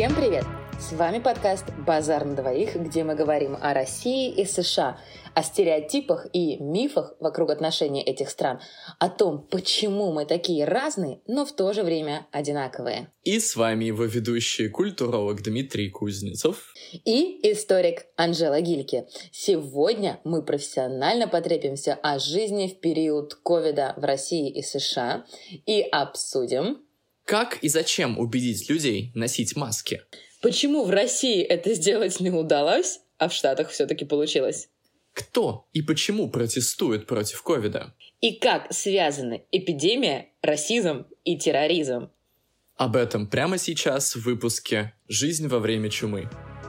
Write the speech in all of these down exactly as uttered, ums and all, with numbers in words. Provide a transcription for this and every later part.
Всем привет! С вами подкаст «Базар на двоих», где мы говорим о России и США, о стереотипах и мифах вокруг отношений этих стран, о том, почему мы такие разные, но в то же время одинаковые. И с вами его ведущий культуролог Дмитрий Кузнецов и историк Анжела Гильке. Сегодня мы профессионально потрепимся о жизни в период ковида в России и США и обсудим, как и зачем убедить людей носить маски. Почему в России это сделать не удалось, а в Штатах все-таки получилось? Кто и почему протестует против ковида? И как связаны эпидемия, расизм и терроризм? Об этом прямо сейчас в выпуске «Жизнь во время чумы».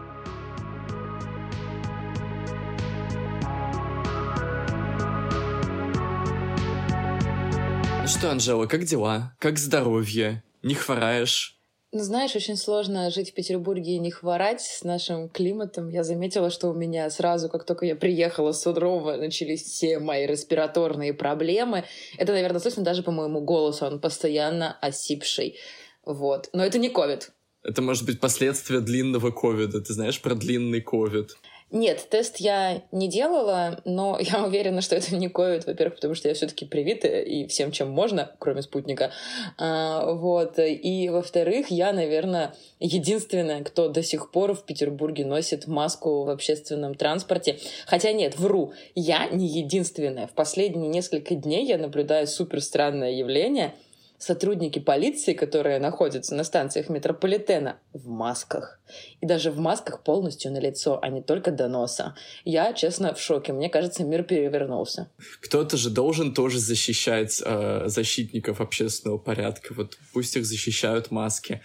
Ну что, Анжела, как дела? Как здоровье? Не хвораешь? Ну, знаешь, очень сложно жить в Петербурге и не хворать с нашим климатом. Я заметила, что у меня сразу, как только я приехала с Сурового, начались все мои респираторные проблемы. Это, наверное, слышно даже по моему голосу. Он постоянно осипший. Вот. Но это не ковид. Это может быть последствия длинного ковида. Ты знаешь про длинный ковид? Нет, тест я не делала, но я уверена, что это не ковид, во-первых, потому что я все-таки привита и всем, чем можно, кроме спутника. А, вот. И, во-вторых, я, наверное, единственная, кто до сих пор в Петербурге носит маску в общественном транспорте. Хотя нет, вру, я не единственная. В последние несколько дней я наблюдаю супер странное явление. Сотрудники полиции, которые находятся на станциях метрополитена, в масках. И даже в масках полностью на лицо, а не только до носа. Я, честно, в шоке. Мне кажется, мир перевернулся. Кто-то же должен тоже защищать э, защитников общественного порядка. Вот пусть их защищают маски.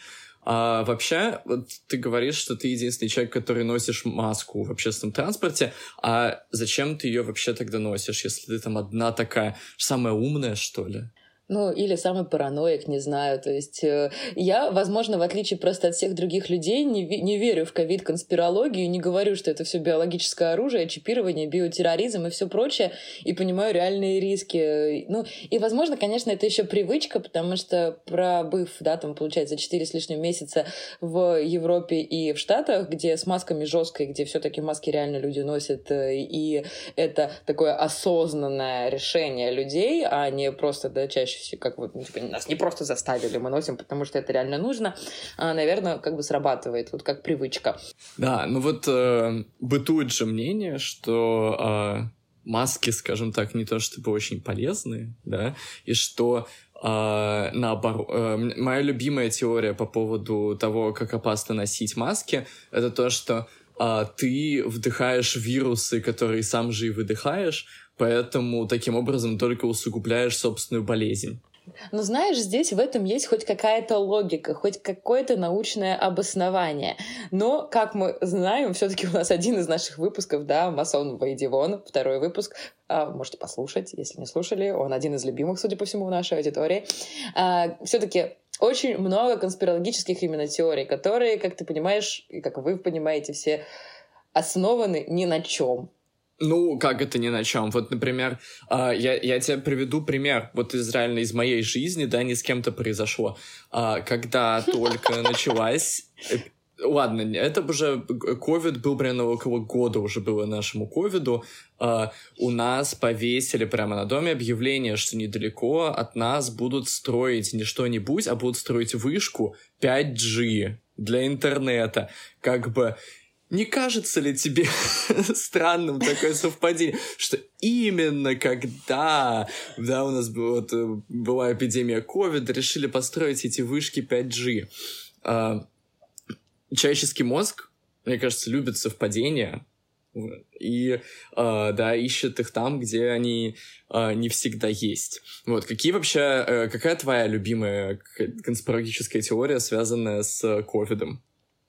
А вообще, вот ты говоришь, что ты единственный человек, который носишь маску в общественном транспорте. А зачем ты ее вообще тогда носишь, если ты там одна такая, самая умная, что ли? Ну, или самый параноик, не знаю. То есть э, я, возможно, в отличие просто от всех других людей, не, ви- не верю в ковид-конспирологию, не говорю, что это все биологическое оружие, чипирование, биотерроризм и все прочее, и понимаю реальные риски. Ну, и, возможно, конечно, это еще привычка, потому что, пробыв, да, там, получается, четыре с лишним месяца в Европе и в Штатах, где с масками жестко, и где все-таки маски реально люди носят, и это такое осознанное решение людей, а не просто, да, чаще как вот, ну, типа, нас не просто заставили, мы носим, потому что это реально нужно, а, наверное, как бы срабатывает, вот как привычка. Да, ну вот э, бытует же мнение, что э, маски, скажем так, не то чтобы очень полезные, да, и что э, наоборот, э, моя любимая теория по поводу того, как опасно носить маски, это то, что э, ты вдыхаешь вирусы, которые сам же и выдыхаешь, поэтому таким образом только усугубляешь собственную болезнь. Но знаешь, здесь в этом есть хоть какая-то логика, хоть какое-то научное обоснование. Но, как мы знаем, все-таки у нас один из наших выпусков, да, «Масон Вейдивон», второй выпуск, а, можете послушать, если не слушали, он один из любимых, судя по всему, в нашей аудитории. А, все-таки очень много конспирологических именно теорий, которые, как ты понимаешь, и как вы понимаете, все основаны ни на чем. Ну, как это ни на чем? Вот, например, я, я тебе приведу пример, вот из реально из моей жизни, да, не с кем-то произошло. Когда только началась... Ладно, это уже... Ковид был примерно около года уже было нашему ковиду. У нас повесили прямо на доме объявление, что недалеко от нас будут строить не что-нибудь, а будут строить вышку пять джи для интернета. Как бы... Не кажется ли тебе странным такое совпадение, что именно когда, да, у нас была, вот, была эпидемия ковида, решили построить эти вышки пять джи? А, человеческий мозг, мне кажется, любит совпадения и, а, да, ищет их там, где они а, не всегда есть. Вот, какие вообще, какая твоя любимая конспирологическая теория, связанная с ковидом?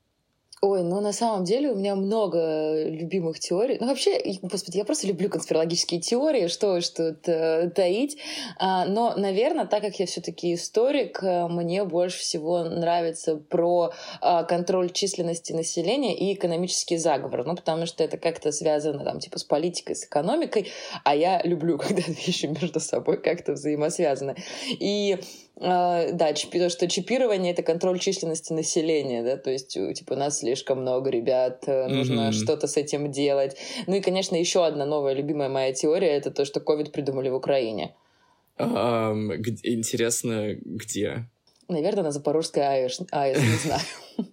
Ой, ну на самом деле у меня много любимых теорий. Ну вообще, господи, я просто люблю конспирологические теории, что уж тут э, таить. А, но, наверное, так как я все-таки историк, мне больше всего нравится про а, контроль численности населения и экономический заговор. Ну потому что это как-то связано там типа с политикой, с экономикой, а я люблю, когда вещи между собой как-то взаимосвязаны. И А, да, чипи, то, что чипирование — это контроль численности населения, да, то есть, типа, нас слишком много, ребят, нужно mm-hmm. что-то с этим делать. Ну и, конечно, еще одна новая любимая моя теория — это то, что ковид придумали в Украине. Um, где, интересно, где? Наверное, на Запорожской АЭС, АЭС не знаю.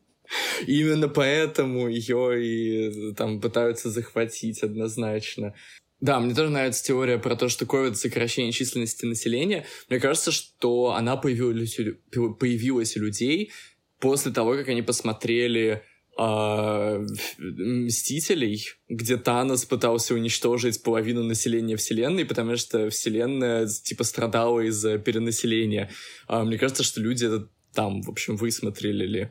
Именно поэтому ее и там пытаются захватить однозначно. Да, мне тоже нравится теория про то, что ковид — сокращение численности населения. Мне кажется, что она появилась, появилась у людей после того, как они посмотрели э, «Мстителей», где Танос пытался уничтожить половину населения Вселенной, потому что Вселенная типа страдала из-за перенаселения. Э, мне кажется, что люди это там, в общем, высмотрели.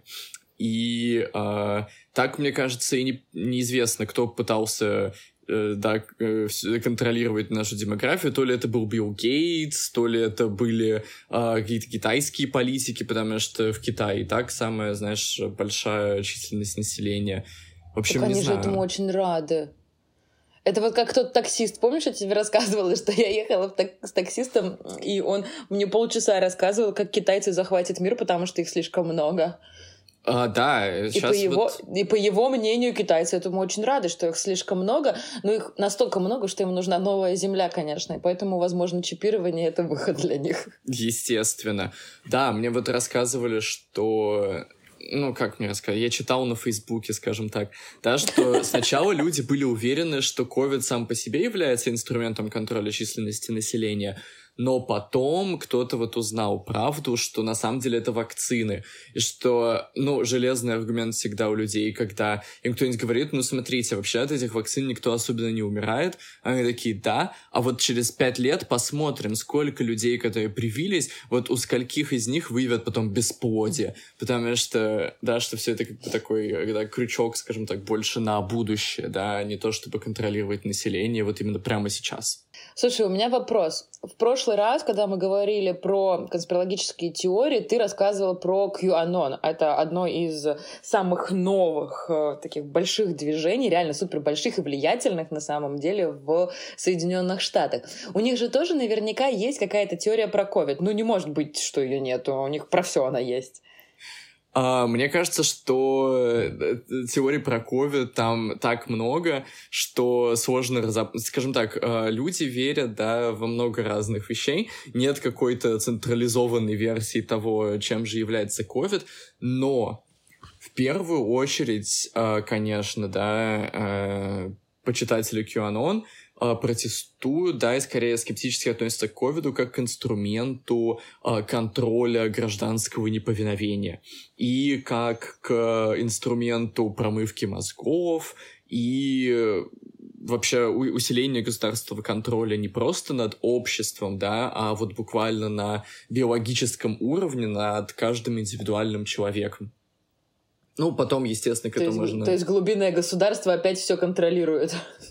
И э, так, мне кажется, и не, неизвестно, кто пытался... да, контролировать нашу демографию. То ли это был Билл Гейтс, то ли это были а, какие-то китайские политики, потому что в Китае и так самая, знаешь, большая численность населения. В общем, так не они знаю. же этому очень рады. Это вот как тот таксист. Помнишь, я тебе рассказывала, что я ехала в так- с таксистом, и он мне полчаса рассказывал, как китайцы захватят мир, потому что их слишком много. А, да, и по, его, вот... и по его мнению, китайцы этому очень рады, что их слишком много, но их настолько много, что им нужна новая земля, конечно, и поэтому, возможно, чипирование — это выход для них. Естественно. Да, мне вот рассказывали, что... Ну, как мне рассказать? Я читал на Фейсбуке, скажем так, да, что сначала люди были уверены, что ковид сам по себе является инструментом контроля численности населения, но потом кто-то вот узнал правду, что на самом деле это вакцины. И что, ну, железный аргумент всегда у людей, когда им кто-нибудь говорит, ну, смотрите, вообще от этих вакцин никто особенно не умирает. Они такие, да, а вот через пять лет посмотрим, сколько людей, которые привились, вот у скольких из них выявят потом бесплодие. Потому что, да, что все это как бы такой, да, крючок, скажем так, больше на будущее, да, не то чтобы контролировать население вот именно прямо сейчас. Слушай, у меня вопрос. В прошлый раз, когда мы говорили про конспирологические теории, ты рассказывал про QAnon. Это одно из самых новых таких больших движений, реально супербольших и влиятельных на самом деле в Соединенных Штатах. У них же тоже наверняка есть какая-то теория про ковид. Ну, не может быть, что ее нету. У них про все она есть. Uh, мне кажется, что теорий про ковид там так много, что сложно разобрать. Скажем так, uh, люди верят, да, во много разных вещей. Нет какой-то централизованной версии того, чем же является ковид, но в первую очередь, uh, конечно, да, uh, почитатели QAnon протестуют, да, и скорее скептически относятся к ковиду как к инструменту э, контроля гражданского неповиновения и как к инструменту промывки мозгов и вообще усиления государственного контроля не просто над обществом, да, а вот буквально на биологическом уровне над каждым индивидуальным человеком. Ну, потом, естественно, к этому можно... То есть глубинное государство опять все контролирует.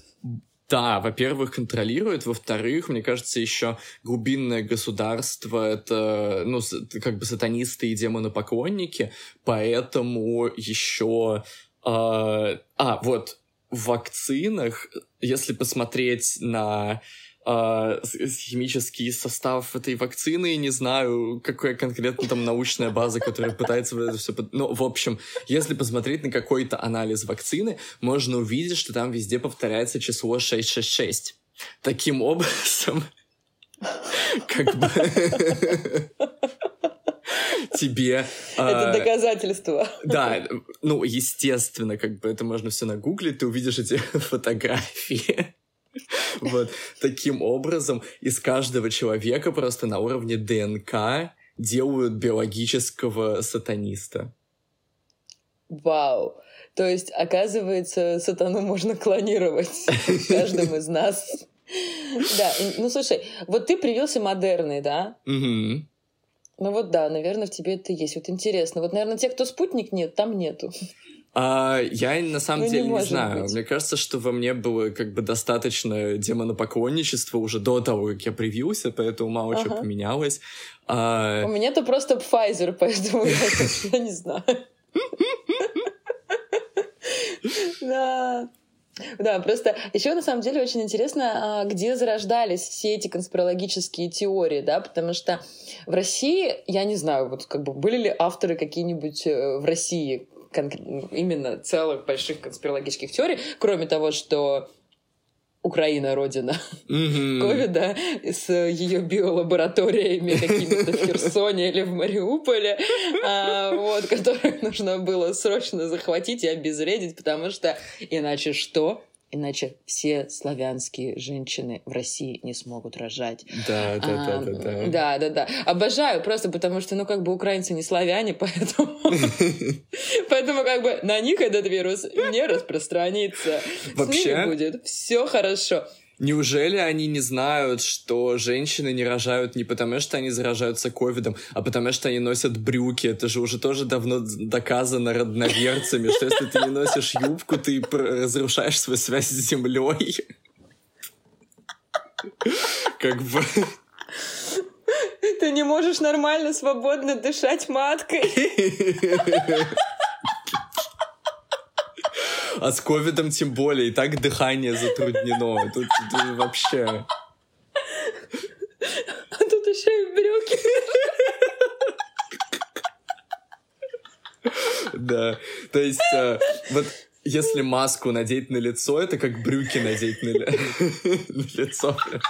Да, во-первых, контролирует, во-вторых, мне кажется, еще глубинное государство — это, ну, как бы сатанисты и демонопоклонники, поэтому еще... Э, а, вот, в вакцинах, если посмотреть на э, химический состав этой вакцины, не знаю, какая конкретно там научная база, которая пытается это все... Под... Ну, в общем, если посмотреть на какой-то анализ вакцины, можно увидеть, что там везде повторяется число шестьсот шестьдесят шесть. Таким образом, как бы... тебе... Это э, доказательство. Да, ну, естественно, как бы это можно все нагуглить, ты увидишь эти фотографии. Вот, таким образом из каждого человека просто на уровне ДНК делают биологического сатаниста. Вау! То есть, оказывается, сатану можно клонировать каждым из нас. Да, ну слушай, вот ты привился модерной, да? Угу. Ну вот да, наверное, в тебе это есть. Вот интересно. Вот, наверное, те, кто спутник нет, там нету. А, я на самом ну, деле не, не знаю. Быть. Мне кажется, что во мне было как бы достаточно демонопоклонничества уже до того, как я привился, поэтому мало ага. чего поменялось. А... У меня-то просто Pfizer, поэтому я не знаю. Да. Да, просто еще на самом деле очень интересно, где зарождались все эти конспирологические теории, да, потому что в России, я не знаю, вот как бы были ли авторы какие-нибудь в России именно целых больших конспирологических теорий, кроме того, что Украина — родина ковида, mm-hmm. с ее биолабораториями какими-то в Херсоне или в Мариуполе, а, вот, которые нужно было срочно захватить и обезвредить, потому что иначе что? Иначе все славянские женщины в России не смогут рожать. Да, да, а, да, да, да. Да, да, да. Обожаю просто потому, что, ну, как бы украинцы не славяне, поэтому... Поэтому, как бы, на них этот вирус не распространится. Вообще... С ними будет все хорошо. Неужели они не знают, что женщины не рожают не потому, что они заражаются ковидом, а потому, что они носят брюки? Это же уже тоже давно доказано родноверцами, что если ты не носишь юбку, ты разрушаешь свою связь с землей. Как бы... Ты не можешь нормально, свободно дышать маткой. А с ковидом тем более, и так дыхание затруднено. Тут, тут вообще... А тут еще и брюки. Да, то есть э, вот если маску надеть на лицо, это как брюки надеть на, на лицо.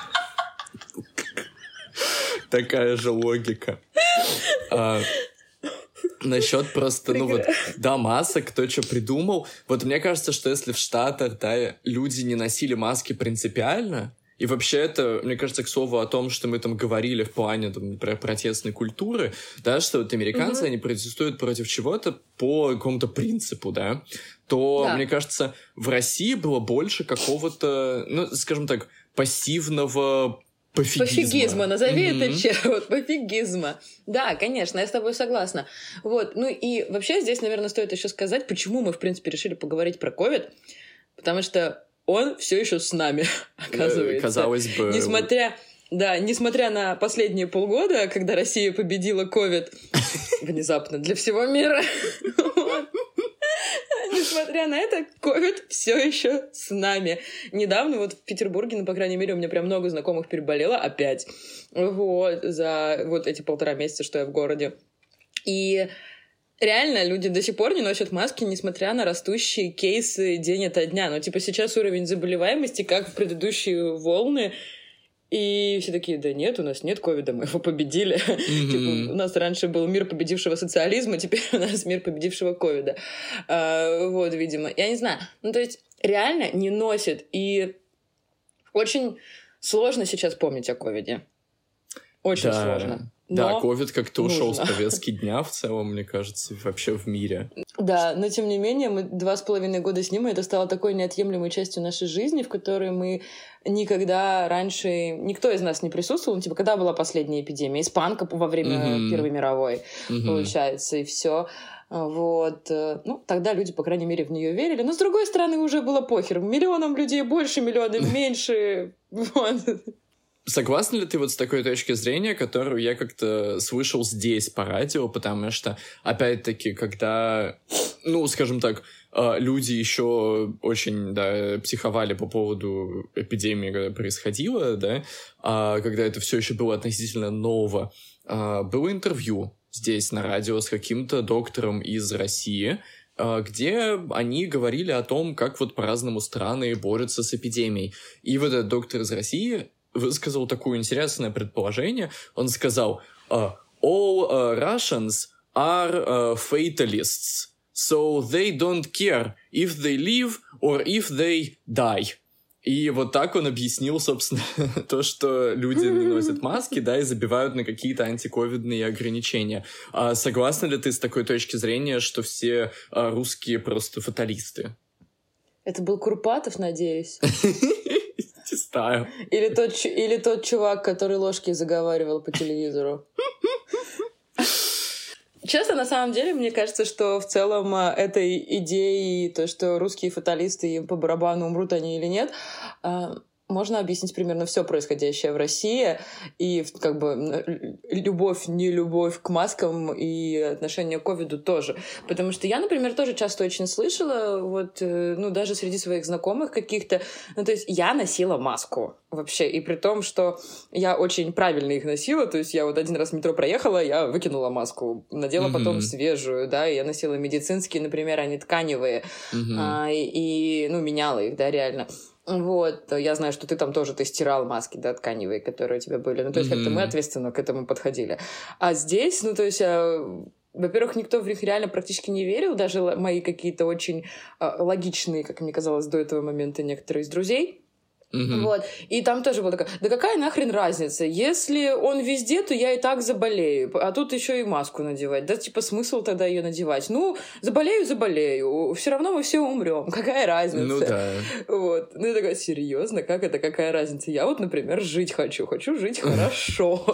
Такая же логика. А... Насчет просто, ну вот, да, масок, кто что придумал. Вот мне кажется, что если в Штатах, да, люди не носили маски принципиально, и вообще это, мне кажется, к слову о том, что мы там говорили в плане там, про протестной культуры, да, что вот американцы, mm-hmm. они протестуют против чего-то по какому-то принципу, да, то, да. мне кажется, в России было больше какого-то, ну, скажем так, пассивного... Пофигизма. Пофигизма, назови mm-hmm. это чем, вот, пофигизма. Да, конечно, я с тобой согласна. Вот, ну и вообще здесь, наверное, стоит еще сказать, почему мы, в принципе, решили поговорить про ковид, потому что он все еще с нами, оказывается. Казалось бы. Несмотря, да, несмотря на последние полгода, когда Россия победила ковид внезапно для всего мира, несмотря на это, ковид все еще с нами. Недавно вот в Петербурге, ну, по крайней мере, у меня прям много знакомых переболело опять. Вот, за вот эти полтора месяца, что я в городе. И реально люди до сих пор не носят маски, несмотря на растущие кейсы день ото дня. Ну, типа, сейчас уровень заболеваемости, как в предыдущие волны. И все такие, да нет, у нас нет ковида, мы его победили. Mm-hmm. Типа, у нас раньше был мир победившего социализма, теперь у нас мир победившего ковида. А, вот, видимо. Я не знаю. Ну, то есть, реально не носят. И очень сложно сейчас помнить о ковиде. Очень да. сложно. Но да, ковид как-то ушел с повестки дня в целом, мне кажется, вообще в мире. Да, но тем не менее, мы два с половиной года с ним, и это стало такой неотъемлемой частью нашей жизни, в которой мы никогда раньше... Никто из нас не присутствовал. Типа, когда была последняя эпидемия? Испанка во время mm-hmm. Первой мировой, mm-hmm. получается, и все. Вот. Ну, тогда люди, по крайней мере, в нее верили. Но, с другой стороны, уже было похер. Миллионам людей больше, миллионам меньше. Вот. Согласна ли ты вот с такой точки зрения, которую я как-то слышал здесь по радио, потому что, опять-таки, когда, ну, скажем так, люди еще очень, да, психовали по поводу эпидемии, когда происходила, да, а когда это все еще было относительно ново, было интервью здесь на радио с каким-то доктором из России, где они говорили о том, как вот по-разному страны борются с эпидемией. И вот этот доктор из России высказал такое интересное предположение. Он сказал, uh, all uh, Russians are uh, fatalists, so they don't care if they live or if they die. И вот так он объяснил, собственно, то, что люди не носят маски, да, и забивают на какие-то антиковидные ограничения. А согласна ли ты с такой точки зрения, что все а, русские просто фаталисты? Это был Курпатов, надеюсь? Не знаю. Или тот, или тот чувак, который ложки заговаривал по телевизору. Честно, на самом деле, мне кажется, что в целом этой идеей, то, что русские фаталисты, им по барабану, умрут они или нет, можно объяснить примерно все происходящее в России, и как бы любовь, не любовь к маскам и отношение к ковиду тоже. Потому что я, например, тоже часто очень слышала, вот, ну, даже среди своих знакомых каких-то, ну, то есть я носила маску вообще, и при том, что я очень правильно их носила, то есть я вот один раз в метро проехала, я выкинула маску, надела mm-hmm. потом свежую, да, и я носила медицинские, например, а не тканевые, mm-hmm. а, и, и, ну, меняла их, да, реально. Вот, я знаю, что ты там тоже, ты стирал маски, да, тканевые, которые у тебя были. Ну, то есть mm-hmm. как-то мы ответственно к этому подходили. А здесь, ну, то есть, а, во-первых, никто в них реально практически не верил, даже мои какие-то очень а, логичные, как мне казалось до этого момента, некоторые из друзей. Mm-hmm. Вот. И там тоже было такое, да какая нахрен разница? Если он везде, то я и так заболею. А тут еще и маску надевать. Да, типа, смысл тогда ее надевать? Ну, заболею, заболею. Все равно мы все умрем. Какая разница? Ну да. Вот. Ну, я такая, серьезно? Как это? Какая разница? Я вот, например, жить хочу. Хочу жить хорошо.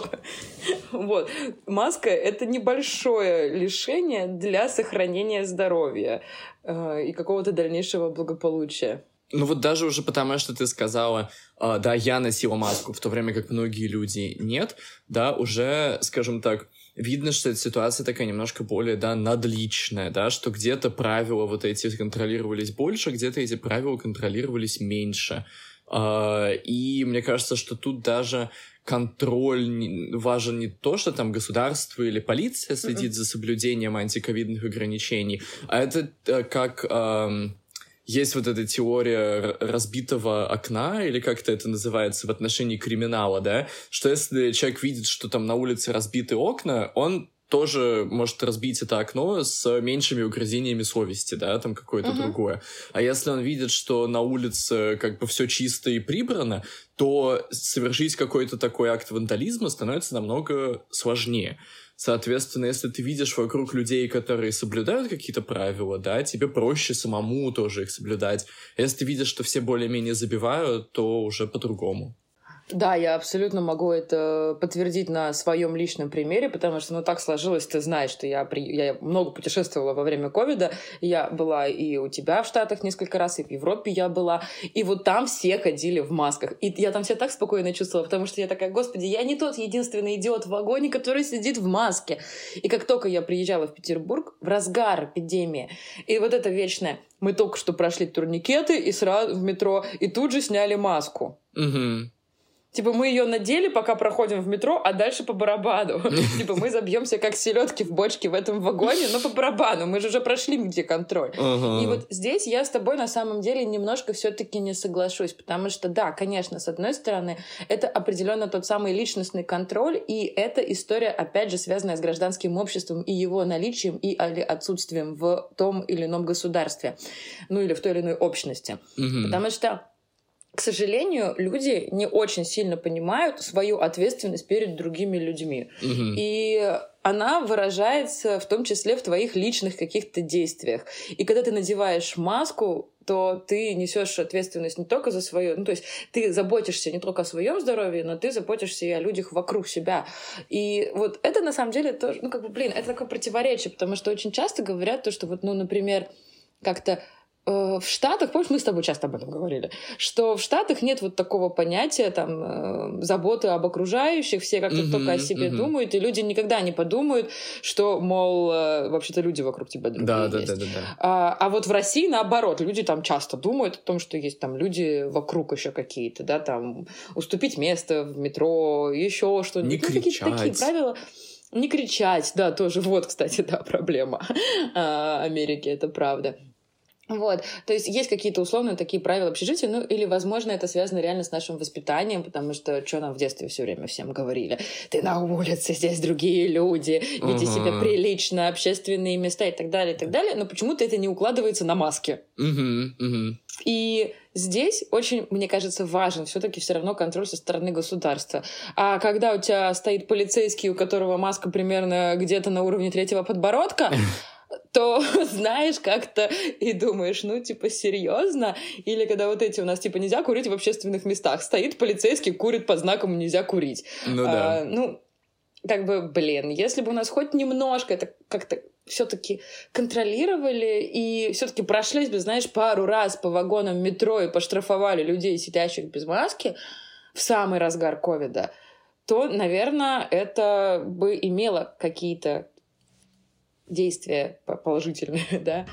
Вот. Маска — это небольшое лишение для сохранения здоровья и какого-то дальнейшего благополучия. Ну вот даже уже потому, что ты сказала, э, да, я носила маску, в то время как многие люди нет, да, уже, скажем так, видно, что эта ситуация такая немножко более, да, надличная, да, что где-то правила вот эти контролировались больше, где-то эти правила контролировались меньше. Э, и мне кажется, что тут даже контроль важен не то, что там государство или полиция следит mm-hmm. за соблюдением антиковидных ограничений, а это э, как... Э, Есть вот эта теория разбитого окна, или как-то это называется в отношении криминала, да, что если человек видит, что там на улице разбиты окна, он тоже может разбить это окно с меньшими угрызениями совести, да, там какое-то uh-huh. другое. А если он видит, что на улице как бы все чисто и прибрано, то совершить какой-то такой акт вандализма становится намного сложнее. Соответственно, если ты видишь вокруг людей, которые соблюдают какие-то правила, да, тебе проще самому тоже их соблюдать. А если ты видишь, что все более-менее забивают, то уже по-другому. Да, я абсолютно могу это подтвердить на своем личном примере, потому что, ну, так сложилось, ты знаешь, что я, при... я много путешествовала во время ковида, я была и у тебя в Штатах несколько раз, и в Европе я была, и вот там все ходили в масках, и я там себя так спокойно чувствовала, потому что я такая, господи, я не тот единственный идиот в вагоне, который сидит в маске. И как только я приезжала в Петербург, в разгар эпидемии, и вот это вечное, мы только что прошли турникеты и сразу в метро, и тут же сняли маску. Угу. Типа, мы ее надели, пока проходим в метро, а дальше по барабану. Типа, мы забьемся как селедки в бочке в этом вагоне, но по барабану. Мы же уже прошли, где контроль. И вот здесь я с тобой на самом деле немножко все-таки не соглашусь, потому что, да, конечно, с одной стороны, это определенно тот самый личностный контроль, и это история, опять же, связанная с гражданским обществом и его наличием и отсутствием в том или ином государстве, ну или в той или иной общности. Потому что, к сожалению, люди не очень сильно понимают свою ответственность перед другими людьми. Mm-hmm. И она выражается в том числе в твоих личных каких-то действиях. И когда ты надеваешь маску, то ты несешь ответственность не только за свое, ну то есть ты заботишься не только о своем здоровье, но ты заботишься и о людях вокруг себя. И вот это на самом деле тоже, ну как бы, блин, это такое противоречие, потому что очень часто говорят то, что вот, ну, например, как-то в Штатах, помнишь, мы с тобой часто об этом говорили, что в Штатах нет вот такого понятия там заботы об окружающих, все как-то uh-huh, только о себе uh-huh. думают, и люди никогда не подумают, что, мол, вообще-то люди вокруг тебя другие да, есть. Да, да, да, да. А, а вот в России наоборот, люди там часто думают о том, что есть там люди вокруг еще какие-то, да, там уступить место в метро, еще что-нибудь. Не ну, кричать. Какие-то такие правила. Не кричать, да, тоже вот, кстати, да, проблема Америки, это правда. Вот, то есть есть какие-то условные такие правила общежития, ну или, возможно, это связано реально с нашим воспитанием, потому что что нам в детстве все время всем говорили? Ты на улице, здесь другие люди, веди uh-huh. себя прилично, общественные места и так далее, и так далее, но почему-то это не укладывается на маске. Uh-huh. Uh-huh. И здесь очень, мне кажется, важен все-таки все равно контроль со стороны государства. А когда у тебя стоит полицейский, у которого маска примерно где-то на уровне третьего подбородка, то знаешь как-то и думаешь, ну, типа, серьезно? Или когда вот эти у нас, типа, нельзя курить в общественных местах. Стоит полицейский, курит под знаком «нельзя курить». Ну да. А, ну, как бы, блин, если бы у нас хоть немножко это как-то все-таки контролировали и все-таки прошлись бы, знаешь, пару раз по вагонам метро и поштрафовали людей, сидящих без маски в самый разгар ковида, то, наверное, это бы имело какие-то действия положительные, да.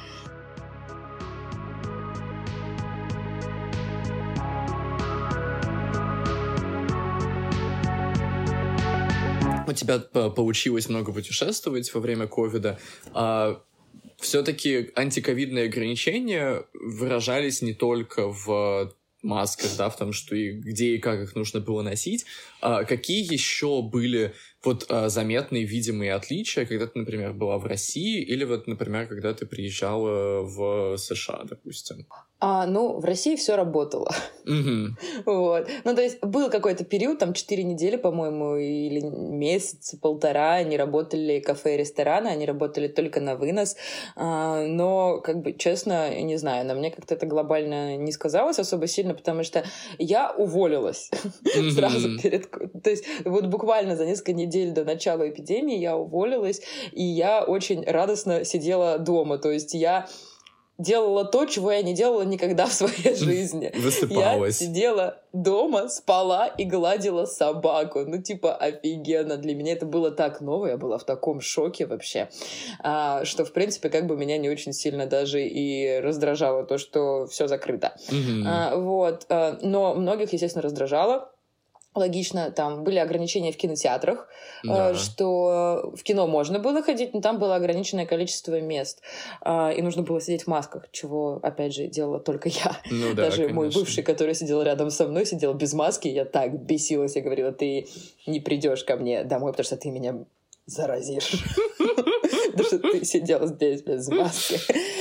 У тебя получилось много путешествовать во время ковида, а все-таки антиковидные ограничения выражались не только в масках, да, в том, что и где и как их нужно было носить. А какие еще были вот а, заметные, видимые отличия, когда ты, например, была в России или вот, например, когда ты приезжала в США, допустим? А, ну, в России все работало. Mm-hmm. Вот. Ну, то есть был какой-то период, там, четыре недели, по-моему, или месяц, полтора, они работали кафе и рестораны, они работали только на вынос. А, но, как бы, честно, я не знаю, на мне как-то это глобально не сказалось особо сильно, потому что я уволилась mm-hmm. сразу перед... То есть вот буквально за несколько недель до начала эпидемии я уволилась, и я очень радостно сидела дома. То есть я делала то, чего я не делала никогда в своей жизни. Высыпалась. Я сидела дома, спала и гладила собаку. Ну, типа, офигенно. Для меня это было так ново, я была в таком шоке вообще, а, что, в принципе, как бы меня не очень сильно даже и раздражало то, что все закрыто. Mm-hmm. А, вот. А, но многих, естественно, раздражало. Логично, там были ограничения в кинотеатрах, да. что в кино можно было ходить, но там было ограниченное количество мест, и нужно было сидеть в масках, чего, опять же, делала только я. Ну, да, Даже конечно. мой бывший, который сидел рядом со мной, сидел без маски, я так бесилась, я говорила, ты не придешь ко мне домой, потому что ты меня заразишь. Потому что ты сидел здесь без маски.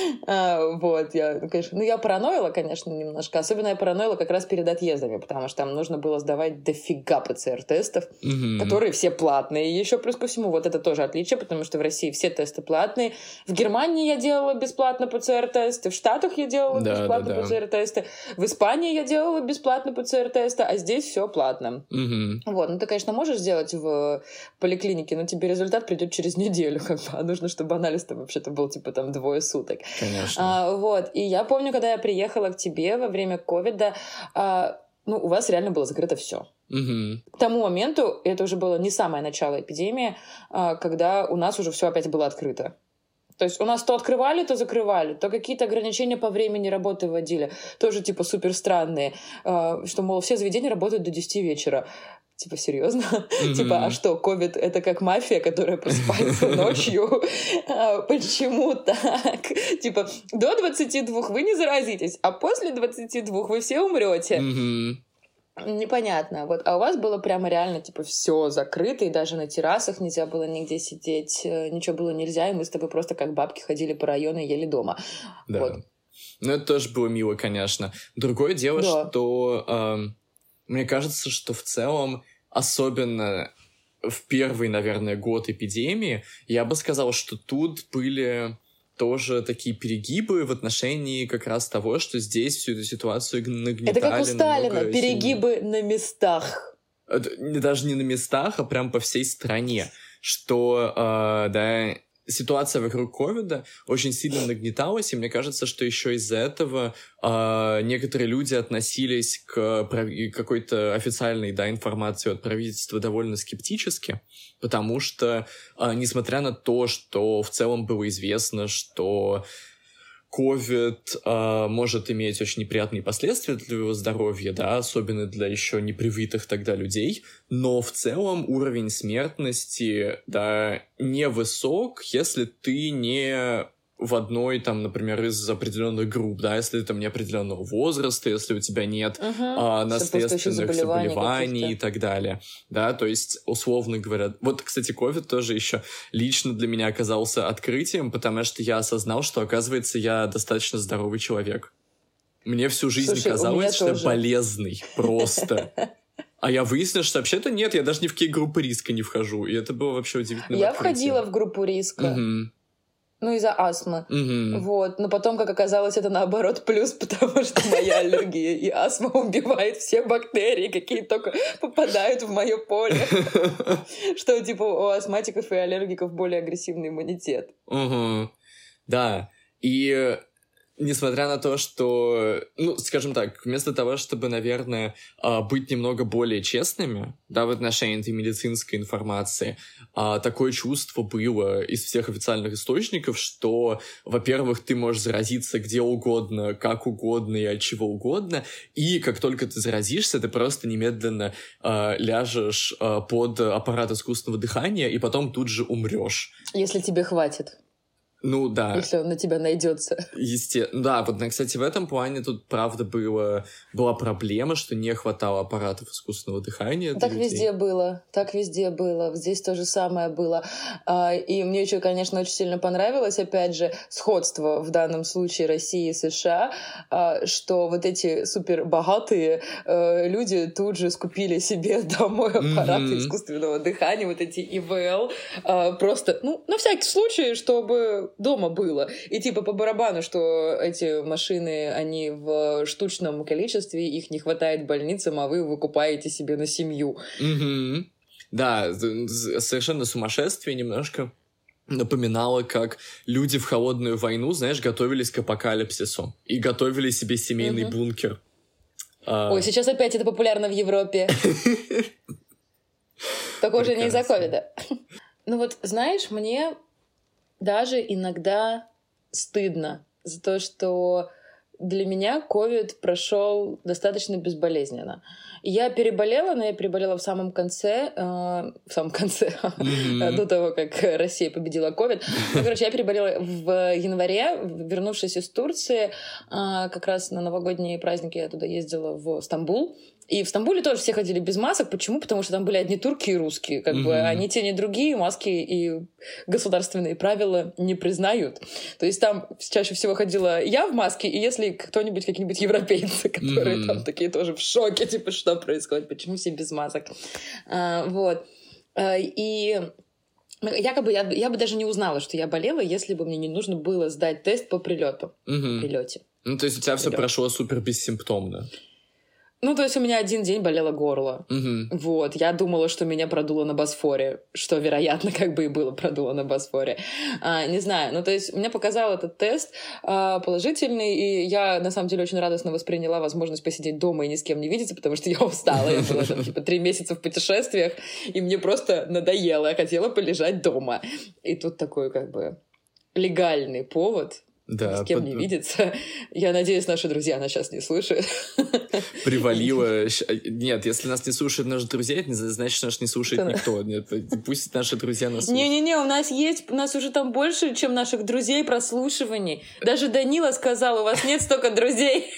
А, вот, я, конечно, ну, я параноила, конечно, немножко. Особенно я параноила как раз перед отъездами, потому что там нужно было сдавать дофига ПЦР-тестов, mm-hmm. которые все платные. И еще плюс ко всему, вот это тоже отличие, потому что в России все тесты платные. В Германии я делала бесплатно ПЦР-тесты, в Штатах я делала да, бесплатно да, да. ПЦР-тесты, в Испании я делала бесплатно ПЦР-тесты, а здесь все платно. Mm-hmm. Вот, ну ты, конечно, можешь сделать в поликлинике, но тебе результат придет через неделю, как бы, а нужно, чтобы анализ-то вообще-то был, типа, там, двое суток. Конечно. А, вот, и я помню, когда я приехала к тебе во время ковида, а, ну, у вас реально было закрыто все. Угу. К тому моменту, это уже было не самое начало эпидемии, а, когда у нас уже все опять было открыто. То есть у нас то открывали, то закрывали, то какие-то ограничения по времени работы вводили, тоже, типа, супер странные, а, что, мол, все заведения работают до десяти вечера. Типа, серьезно? Mm-hmm. Типа, а что, ковид — это как мафия, которая просыпается ночью? Почему так? Типа, до двадцати двух вы не заразитесь, а после двадцати двух вы все умрете. Непонятно. Вот. А у вас было прямо реально, типа, все закрыто, и даже на террасах нельзя было нигде сидеть, ничего было нельзя, и мы с тобой просто как бабки ходили по району и ели дома. Да. Вот. Ну, это тоже было мило, конечно. Другое дело, да. что э, мне кажется, что в целом, особенно в первый, наверное, год эпидемии, я бы сказал, что тут были тоже такие перегибы в отношении как раз того, что здесь всю эту ситуацию нагнетали. Это как у Сталина, перегибы сильно. На местах. Это даже не на местах, а прям по всей стране. Что, э, да... Ситуация вокруг ковида очень сильно нагнеталась, и мне кажется, что еще из-за этого э, некоторые люди относились к прав... какой-то официальной, да, информации от правительства довольно скептически, потому что, э, несмотря на то, что в целом было известно, что ковид э, может иметь очень неприятные последствия для его здоровья, да, особенно для еще не привитых тогда людей, но в целом уровень смертности, да, невысок, если ты не в одной, там, например, из определенных групп, да, если ты там не определенного возраста, если у тебя нет угу. а, наследственных заболеваний, заболеваний и так далее, да, то есть, условно говоря, вот, кстати, ковид тоже еще лично для меня оказался открытием, потому что я осознал, что, оказывается, я достаточно здоровый человек. Мне всю жизнь Слушай, казалось, что тоже. я болезный, просто. А я выяснил, что вообще-то нет, я даже ни в какие группы риска не вхожу, и это было вообще удивительно. Я входила в группу риска. Ну, из-за астмы. Угу. Вот. Но потом, как оказалось, это наоборот плюс, потому что моя аллергия и астма убивает все бактерии, какие только попадают в мое поле. Что, типа, у астматиков и аллергиков более агрессивный иммунитет. Угу. Да. И несмотря на то, что, ну, скажем так, вместо того, чтобы, наверное, быть немного более честными, да, в отношении этой медицинской информации, такое чувство было из всех официальных источников, что, во-первых, ты можешь заразиться где угодно, как угодно и от чего угодно, и как только ты заразишься, ты просто немедленно э, ляжешь э, под аппарат искусственного дыхания и потом тут же умрешь. Если тебе хватит. Ну, да. Если он на тебя найдется. Естественно. Да, вот, кстати, в этом плане тут, правда, было, была проблема, что не хватало аппаратов искусственного дыхания. Так людей. Везде было. Так везде было. Здесь то же самое было. И мне еще, конечно, очень сильно понравилось, опять же, сходство в данном случае России и США, что вот эти супербогатые люди тут же скупили себе домой аппараты mm-hmm. искусственного дыхания, вот эти и вэ эл, просто, ну, на всякий случай, чтобы дома было. И типа по барабану, что эти машины, они в штучном количестве, их не хватает больницам, а вы выкупаете себе на семью. Mm-hmm. Да, совершенно сумасшествие немножко напоминало, как люди в холодную войну, знаешь, готовились к апокалипсису и готовили себе семейный mm-hmm. бункер. Ой, сейчас опять это популярно в Европе. Только уже не из-за ковида. Ну вот, знаешь, мне даже иногда стыдно за то, что для меня ковид прошел достаточно безболезненно. Я переболела, но я переболела в самом конце, э, в самом конце, mm-hmm. до того, как Россия победила ковид. Ну, короче, я переболела в январе, вернувшись из Турции, э, как раз на новогодние праздники я туда ездила в Стамбул. И в Стамбуле тоже все ходили без масок. Почему? Потому что там были одни турки и русские. Как mm-hmm. бы, а ни те, ни другие маски и государственные правила не признают. То есть там чаще всего ходила я в маске, и если кто-нибудь, какие-нибудь европейцы, которые mm-hmm. там такие тоже в шоке, типа, что происходит, почему все без масок. А, вот. А, и... Якобы я, я бы даже не узнала, что я болела, если бы мне не нужно было сдать тест по прилету. Mm-hmm. Прилете. Ну, то есть у тебя все прошло супер бессимптомно. Ну, то есть у меня один день болело горло. Угу. Вот. Я думала, что меня продуло на Босфоре, что, вероятно, как бы и было продуло на Босфоре. А, не знаю. Ну, то есть мне показал этот тест а, положительный, и я, на самом деле, очень радостно восприняла возможность посидеть дома и ни с кем не видеться, потому что я устала. Я была там, типа, три месяца в путешествиях, и мне просто надоело. Я хотела полежать дома. И тут такой, как бы, легальный повод... Да, с кем под... не видеться. Я надеюсь, наши друзья нас сейчас не слушают. Привалило. Нет, если нас не слушают наши друзья, это не значит, что нас не слушает никто. Нет, пусть наши друзья нас слушают. Не-не-не, у нас есть, у нас уже там больше, чем наших друзей прослушиваний. Даже Данила сказал, у вас нет столько друзей.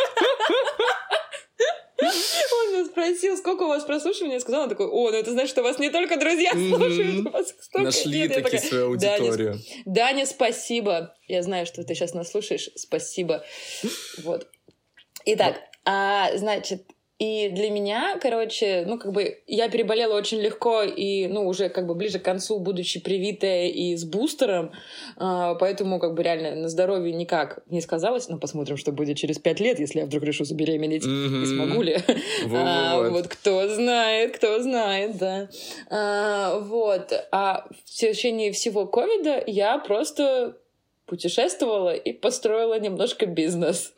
Он меня спросил, сколько у вас прослушиваний, я сказала, он такой, о, ну это значит, что у вас не только друзья слушают, у вас их столько. Нашли таки свою аудиторию. Даня, Даня, спасибо. Я знаю, что ты сейчас нас слушаешь. Спасибо. Вот. Итак, а, значит, и для меня, короче, ну, как бы, я переболела очень легко и, ну, уже, как бы, ближе к концу, будучи привитая и с бустером, а, поэтому, как бы, реально на здоровье никак не сказалось. Но посмотрим, что будет через пять лет, если я вдруг решу забеременеть, mm-hmm. и смогу ли. Вот. А, вот кто знает, кто знает, да. А, вот. А в течение всего ковида я просто путешествовала и построила немножко бизнес.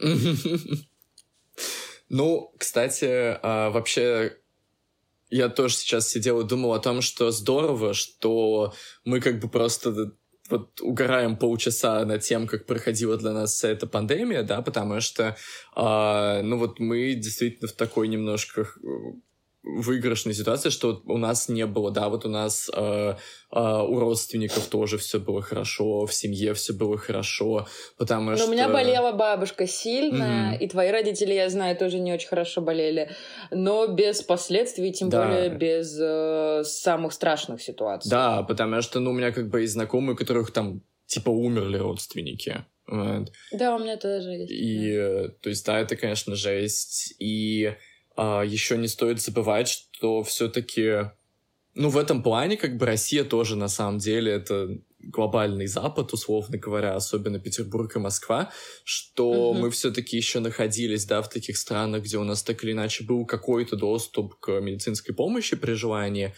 Ну, кстати, а, вообще, я тоже сейчас сидел и думал о том, что здорово, что мы как бы просто вот угораем полчаса над тем, как проходила для нас вся эта пандемия, да, потому что, а, ну вот мы действительно в такой немножко выигрышной ситуации, что у нас не было, да, вот у нас э, э, у родственников тоже все было хорошо, в семье все было хорошо, потому Но что... у меня болела бабушка сильно, mm-hmm. и твои родители, я знаю, тоже не очень хорошо болели, но без последствий, тем да. более без э, самых страшных ситуаций. Да, потому что, ну, у меня как бы есть знакомые, у которых там, типа, умерли родственники. Вот. Да, у меня тоже есть. И, да. то есть, да, это, конечно, жесть, и... Uh, еще не стоит забывать, что все-таки, ну, в этом плане, как бы, Россия тоже, на самом деле, это глобальный Запад, условно говоря, особенно Петербург и Москва, что mm-hmm. мы все-таки еще находились, да, в таких странах, где у нас так или иначе был какой-то доступ к медицинской помощи при желании,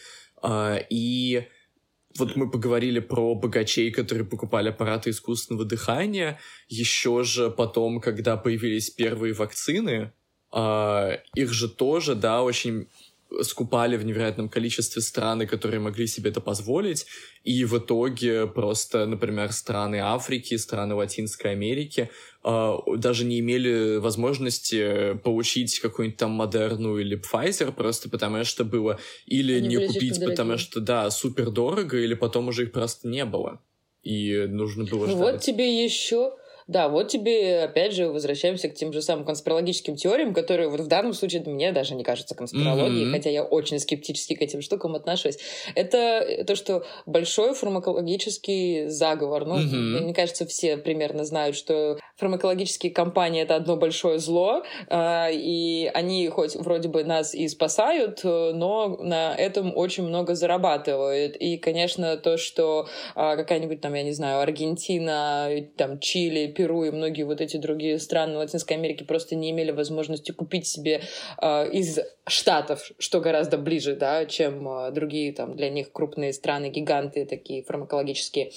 и вот мы поговорили про богачей, которые покупали аппараты искусственного дыхания. Еще же потом, когда появились первые вакцины, э, их же тоже, да, очень скупали в невероятном количестве страны, которые могли себе это позволить. И в итоге просто, например, страны Африки, страны Латинской Америки э, даже не имели возможности получить какую-нибудь там Модерну или Pfizer, просто потому что было или Они не купить, потому что, да, супер дорого, или потом уже их просто не было. И нужно было ждать. Вот тебе еще... Да, вот тебе, опять же, возвращаемся к тем же самым конспирологическим теориям, которые вот в данном случае мне даже не кажутся конспирологией, mm-hmm. хотя я очень скептически к этим штукам отношусь. Это то, что большой фармакологический заговор. Ну, mm-hmm. мне кажется, все примерно знают, что фармакологические компании — это одно большое зло, и они хоть вроде бы нас и спасают, но на этом очень много зарабатывают. И, конечно, то, что какая-нибудь там, я не знаю, Аргентина, там, Чили, Перу и многие вот эти другие страны Латинской Америки просто не имели возможности купить себе э, из Штатов, что гораздо ближе, да, чем э, другие там для них крупные страны, гиганты такие фармакологические,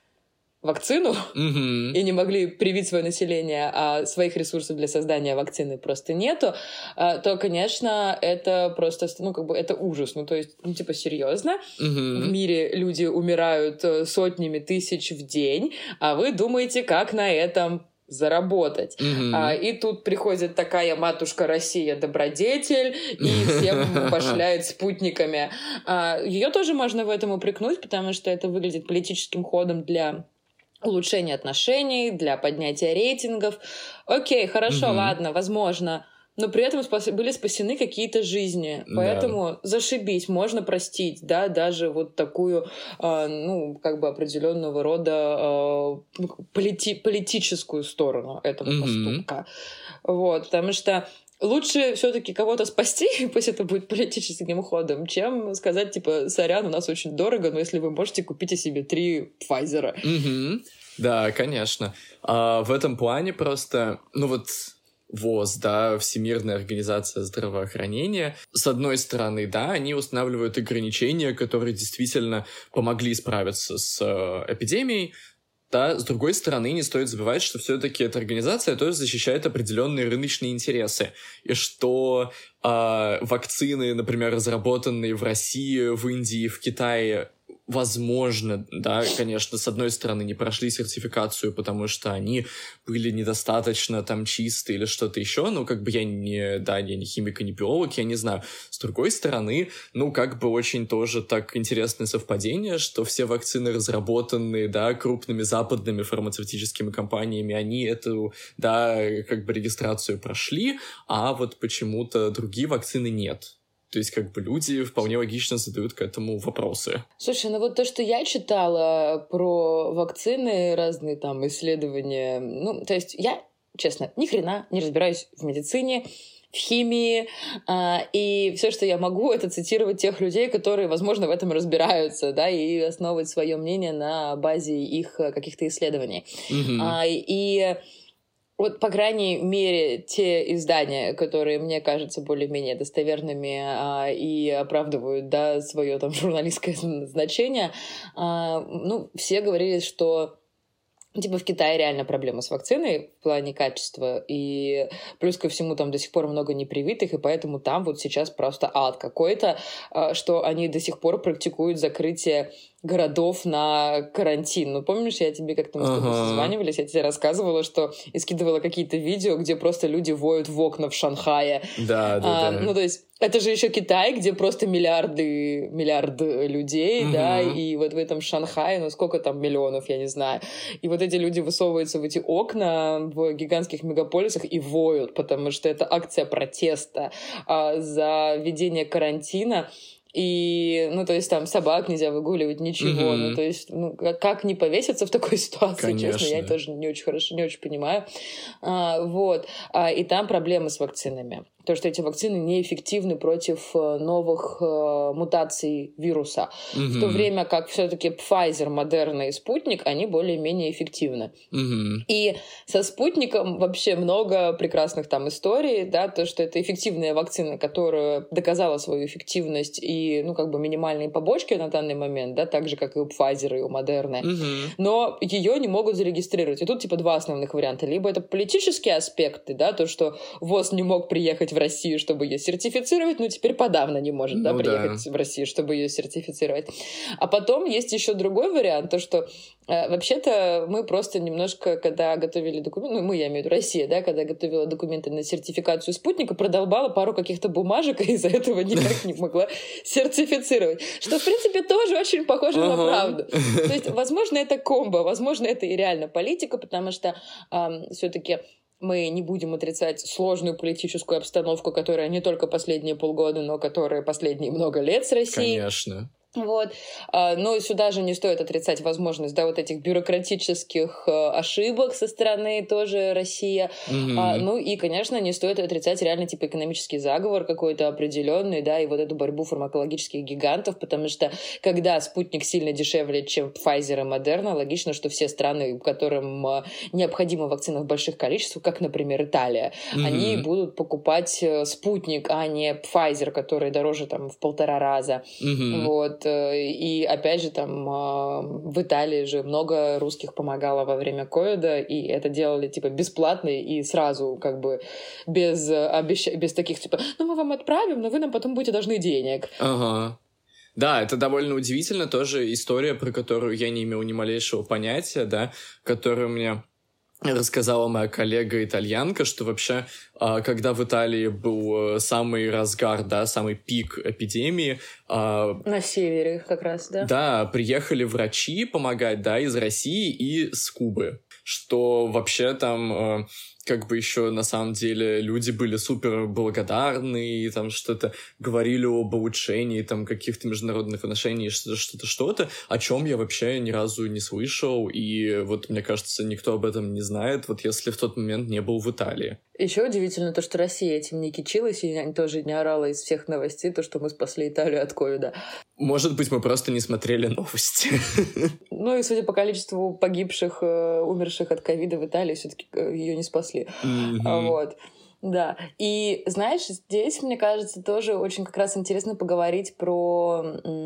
вакцину mm-hmm. и не могли привить свое население, а своих ресурсов для создания вакцины просто нету, то, конечно, это просто, ну, как бы, это ужас. Ну, то есть, ну, типа, серьезно, mm-hmm. в мире люди умирают сотнями тысяч в день, а вы думаете, как на этом заработать. Mm-hmm. А, и тут приходит такая матушка Россия добродетель и всем башляет спутниками. А, ее тоже можно в этом упрекнуть, потому что это выглядит политическим ходом для улучшения отношений, для поднятия рейтингов. Окей, хорошо, mm-hmm. ладно, возможно. Но при этом спас... были спасены какие-то жизни. Поэтому да. зашибись, можно простить, да, даже вот такую, э, ну, как бы определенного рода э, полити... политическую сторону этого mm-hmm. поступка. Вот, потому что лучше все-таки кого-то спасти, пусть это будет политическим ходом, чем сказать, типа, сорян, у нас очень дорого, но если вы можете, купите себе три Pfizer. Mm-hmm. Да, конечно. А в этом плане просто, ну вот... ВОЗ, да, Всемирная организация здравоохранения. С одной стороны, да, они устанавливают ограничения, которые действительно помогли справиться с э, эпидемией. Да, с другой стороны, не стоит забывать, что все-таки эта организация тоже защищает определенные рыночные интересы. И что э, вакцины, например, разработанные в России, в Индии, в Китае, возможно, да, конечно, с одной стороны, не прошли сертификацию, потому что они были недостаточно там чистые или что-то еще, ну, как бы я не, да, я не химик и не биолог, я не знаю. С другой стороны, ну, как бы очень тоже так интересное совпадение, что все вакцины, разработанные, да, крупными западными фармацевтическими компаниями, они эту, да, как бы регистрацию прошли, а вот почему-то другие вакцины нет. То есть, как бы, люди вполне логично задают к этому вопросы. Слушай, ну вот то, что я читала про вакцины, разные там исследования, ну, то есть я, честно, ни хрена не разбираюсь в медицине, в химии, а, и все, что я могу, это цитировать тех людей, которые, возможно, в этом разбираются, да, и основывать свое мнение на базе их каких-то исследований. Mm-hmm. А, и вот, по крайней мере, те издания, которые мне кажутся более-менее достоверными а, и оправдывают, да, свое там журналистское значение, а, ну, все говорили, что типа в Китае реально проблема с вакциной в плане качества, и плюс ко всему там до сих пор много непривитых, и поэтому там вот сейчас просто ад какой-то, что они до сих пор практикуют закрытие городов на карантин. Ну, помнишь, я тебе как-то мы с тобой ага. созванивались, я тебе рассказывала, что и скидывала какие-то видео, где просто люди воют в окна в Шанхае. Да, да, а, да. Ну, то есть это же еще Китай, где просто миллиарды, миллиарды людей, угу. да, и вот в этом Шанхае, ну, сколько там миллионов, я не знаю. И вот эти люди высовываются в эти окна в гигантских мегаполисах и воют, потому что это акция протеста а, за введение карантина. И, ну, то есть там собак нельзя выгуливать, ничего. Mm-hmm. Ну, то есть, ну, как, как не повеситься в такой ситуации, Конечно. Честно, я тоже не очень хорошо, не очень понимаю. А, вот. А, и там проблемы с вакцинами. то, что эти вакцины неэффективны против новых э, мутаций вируса. Mm-hmm. В то время как все-таки Pfizer, Moderna и Спутник, они более-менее эффективны. Mm-hmm. И со Спутником вообще много прекрасных там историй, да, то, что это эффективная вакцина, которая доказала свою эффективность и, ну, как бы минимальные побочки на данный момент, да, так же, как и у Pfizer и у Moderna. Mm-hmm. Но ее не могут зарегистрировать. И тут, типа, два основных варианта. Либо это политические аспекты, да, то, что ВОЗ не мог приехать в Россию, чтобы ее сертифицировать, но теперь подавно не может, ну, да, приехать да. в Россию, чтобы ее сертифицировать. А потом есть еще другой вариант, то, что э, вообще-то мы просто немножко, когда готовили документы, ну, мы, я имею в виду Россия, да, когда готовила документы на сертификацию Спутника, продолбала пару каких-то бумажек, и из-за этого никак не могла сертифицировать. Что, в принципе, тоже очень похоже на правду. То есть, возможно, это комбо, возможно, это и реально политика, потому что все-таки мы не будем отрицать сложную политическую обстановку, которая не только последние полгода, но которая последние много лет с Россией. Конечно. Вот. Но сюда же не стоит отрицать возможность, да, вот этих бюрократических ошибок со стороны тоже России. Mm-hmm. Ну и, конечно, не стоит отрицать реально типа экономический заговор какой-то определенный, да, и вот эту борьбу фармакологических гигантов, потому что когда спутник сильно дешевле, чем Pfizer и Moderna, логично, что все страны, которым необходима вакцина в больших количествах, как, например, Италия, mm-hmm. они будут покупать спутник, а не Pfizer, который дороже там в полтора раза. Mm-hmm. Вот. И, опять же, там в Италии же много русских помогало во время ковида, и это делали, типа, бесплатно и сразу, как бы, без, обещ... без таких, типа, ну, мы вам отправим, но вы нам потом будете должны денег. Ага. Да, это довольно удивительно, тоже история, про которую я не имел ни малейшего понятия, да, которая мне рассказала моя коллега-итальянка, что вообще, когда в Италии был самый разгар, да, самый пик эпидемии... На севере как раз, да? Да, приехали врачи помогать, да, из России и с Кубы, что вообще там... как бы еще на самом деле люди были супер благодарны, и там что-то говорили об улучшении там каких-то международных отношений, что-то, что-то, что-то, о чем я вообще ни разу не слышал, и вот мне кажется, никто об этом не знает, вот если в тот момент не был в Италии. Еще удивительно то, что Россия этим не кичилась и тоже не орала из всех новостей, то, что мы спасли Италию от ковида. Может быть, мы просто не смотрели новости. Ну и судя по количеству погибших, умерших от ковида в Италии, все-таки ее не спасли. Mm-hmm. Вот. Да. И, знаешь, здесь, мне кажется, тоже очень как раз интересно поговорить про...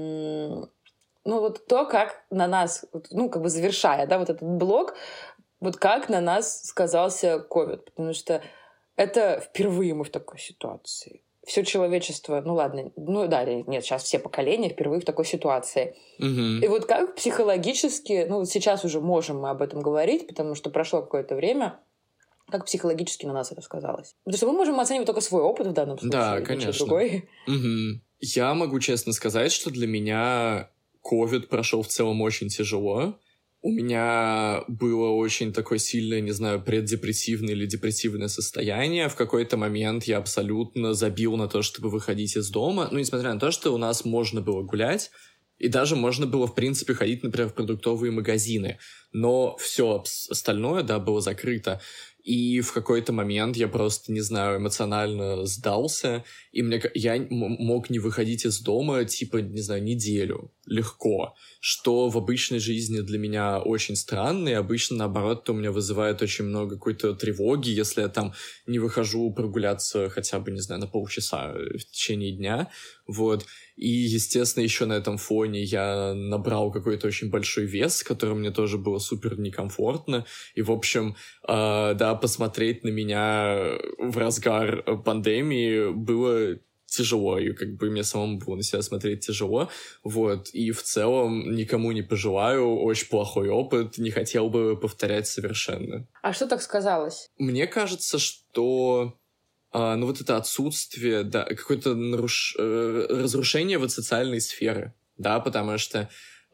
ну, вот то, как на нас, ну, как бы завершая, да, вот этот блок, вот как на нас сказался ковид. Потому что это впервые мы в такой ситуации. Все человечество, ну ладно, ну да, нет, сейчас все поколения впервые в такой ситуации. Mm-hmm. И вот как психологически, ну вот сейчас уже можем мы об этом говорить, потому что прошло какое-то время, как психологически на нас это сказалось. Потому что мы можем оценивать только свой опыт в данном случае. Да, конечно. Другой. Mm-hmm. Я могу честно сказать, что для меня ковид прошел в целом очень тяжело. У меня было очень такое сильное, не знаю, преддепрессивное или депрессивное состояние. В какой-то момент я абсолютно забил на то, чтобы выходить из дома. Ну, несмотря на то, что у нас можно было гулять, и даже можно было, в принципе, ходить, например, в продуктовые магазины. Но все остальное, да, было закрыто. И в какой-то момент я просто, не знаю, эмоционально сдался, и мне, я м- мог не выходить из дома, типа, не знаю, неделю. Легко. Что в обычной жизни для меня очень странно, и обычно, наоборот, у меня вызывает очень много какой-то тревоги, если я там не выхожу прогуляться хотя бы, не знаю, на полчаса в течение дня. Вот. И, естественно, еще на этом фоне я набрал какой-то очень большой вес, с которым мне тоже было супер некомфортно. И, в общем, э, да, посмотреть на меня в разгар пандемии было тяжело, и как бы мне самому было на себя смотреть тяжело, вот, и в целом никому не пожелаю, очень плохой опыт, не хотел бы повторять совершенно. А что так сказалось? Мне кажется, что а, ну вот это отсутствие, да, какое-то наруш... разрушение вот социальной сферы, да, потому что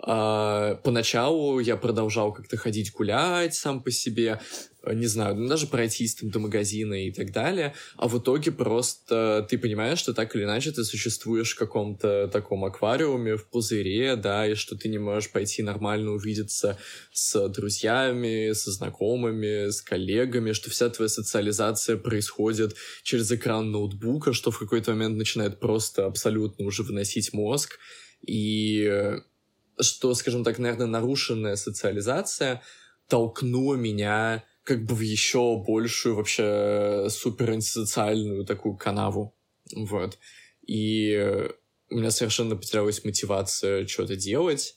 А, поначалу я продолжал как-то ходить гулять сам по себе, не знаю, ну, даже пройтись там до магазина и так далее, а в итоге просто ты понимаешь, что так или иначе ты существуешь в каком-то таком аквариуме, в пузыре, да, и что ты не можешь пойти нормально увидеться с друзьями, со знакомыми, с коллегами, что вся твоя социализация происходит через экран ноутбука, что в какой-то момент начинает просто абсолютно уже выносить мозг, и что, скажем так, наверное, нарушенная социализация толкнула меня как бы в еще большую вообще супер антисоциальную такую канаву, вот. И у меня совершенно потерялась мотивация что-то делать,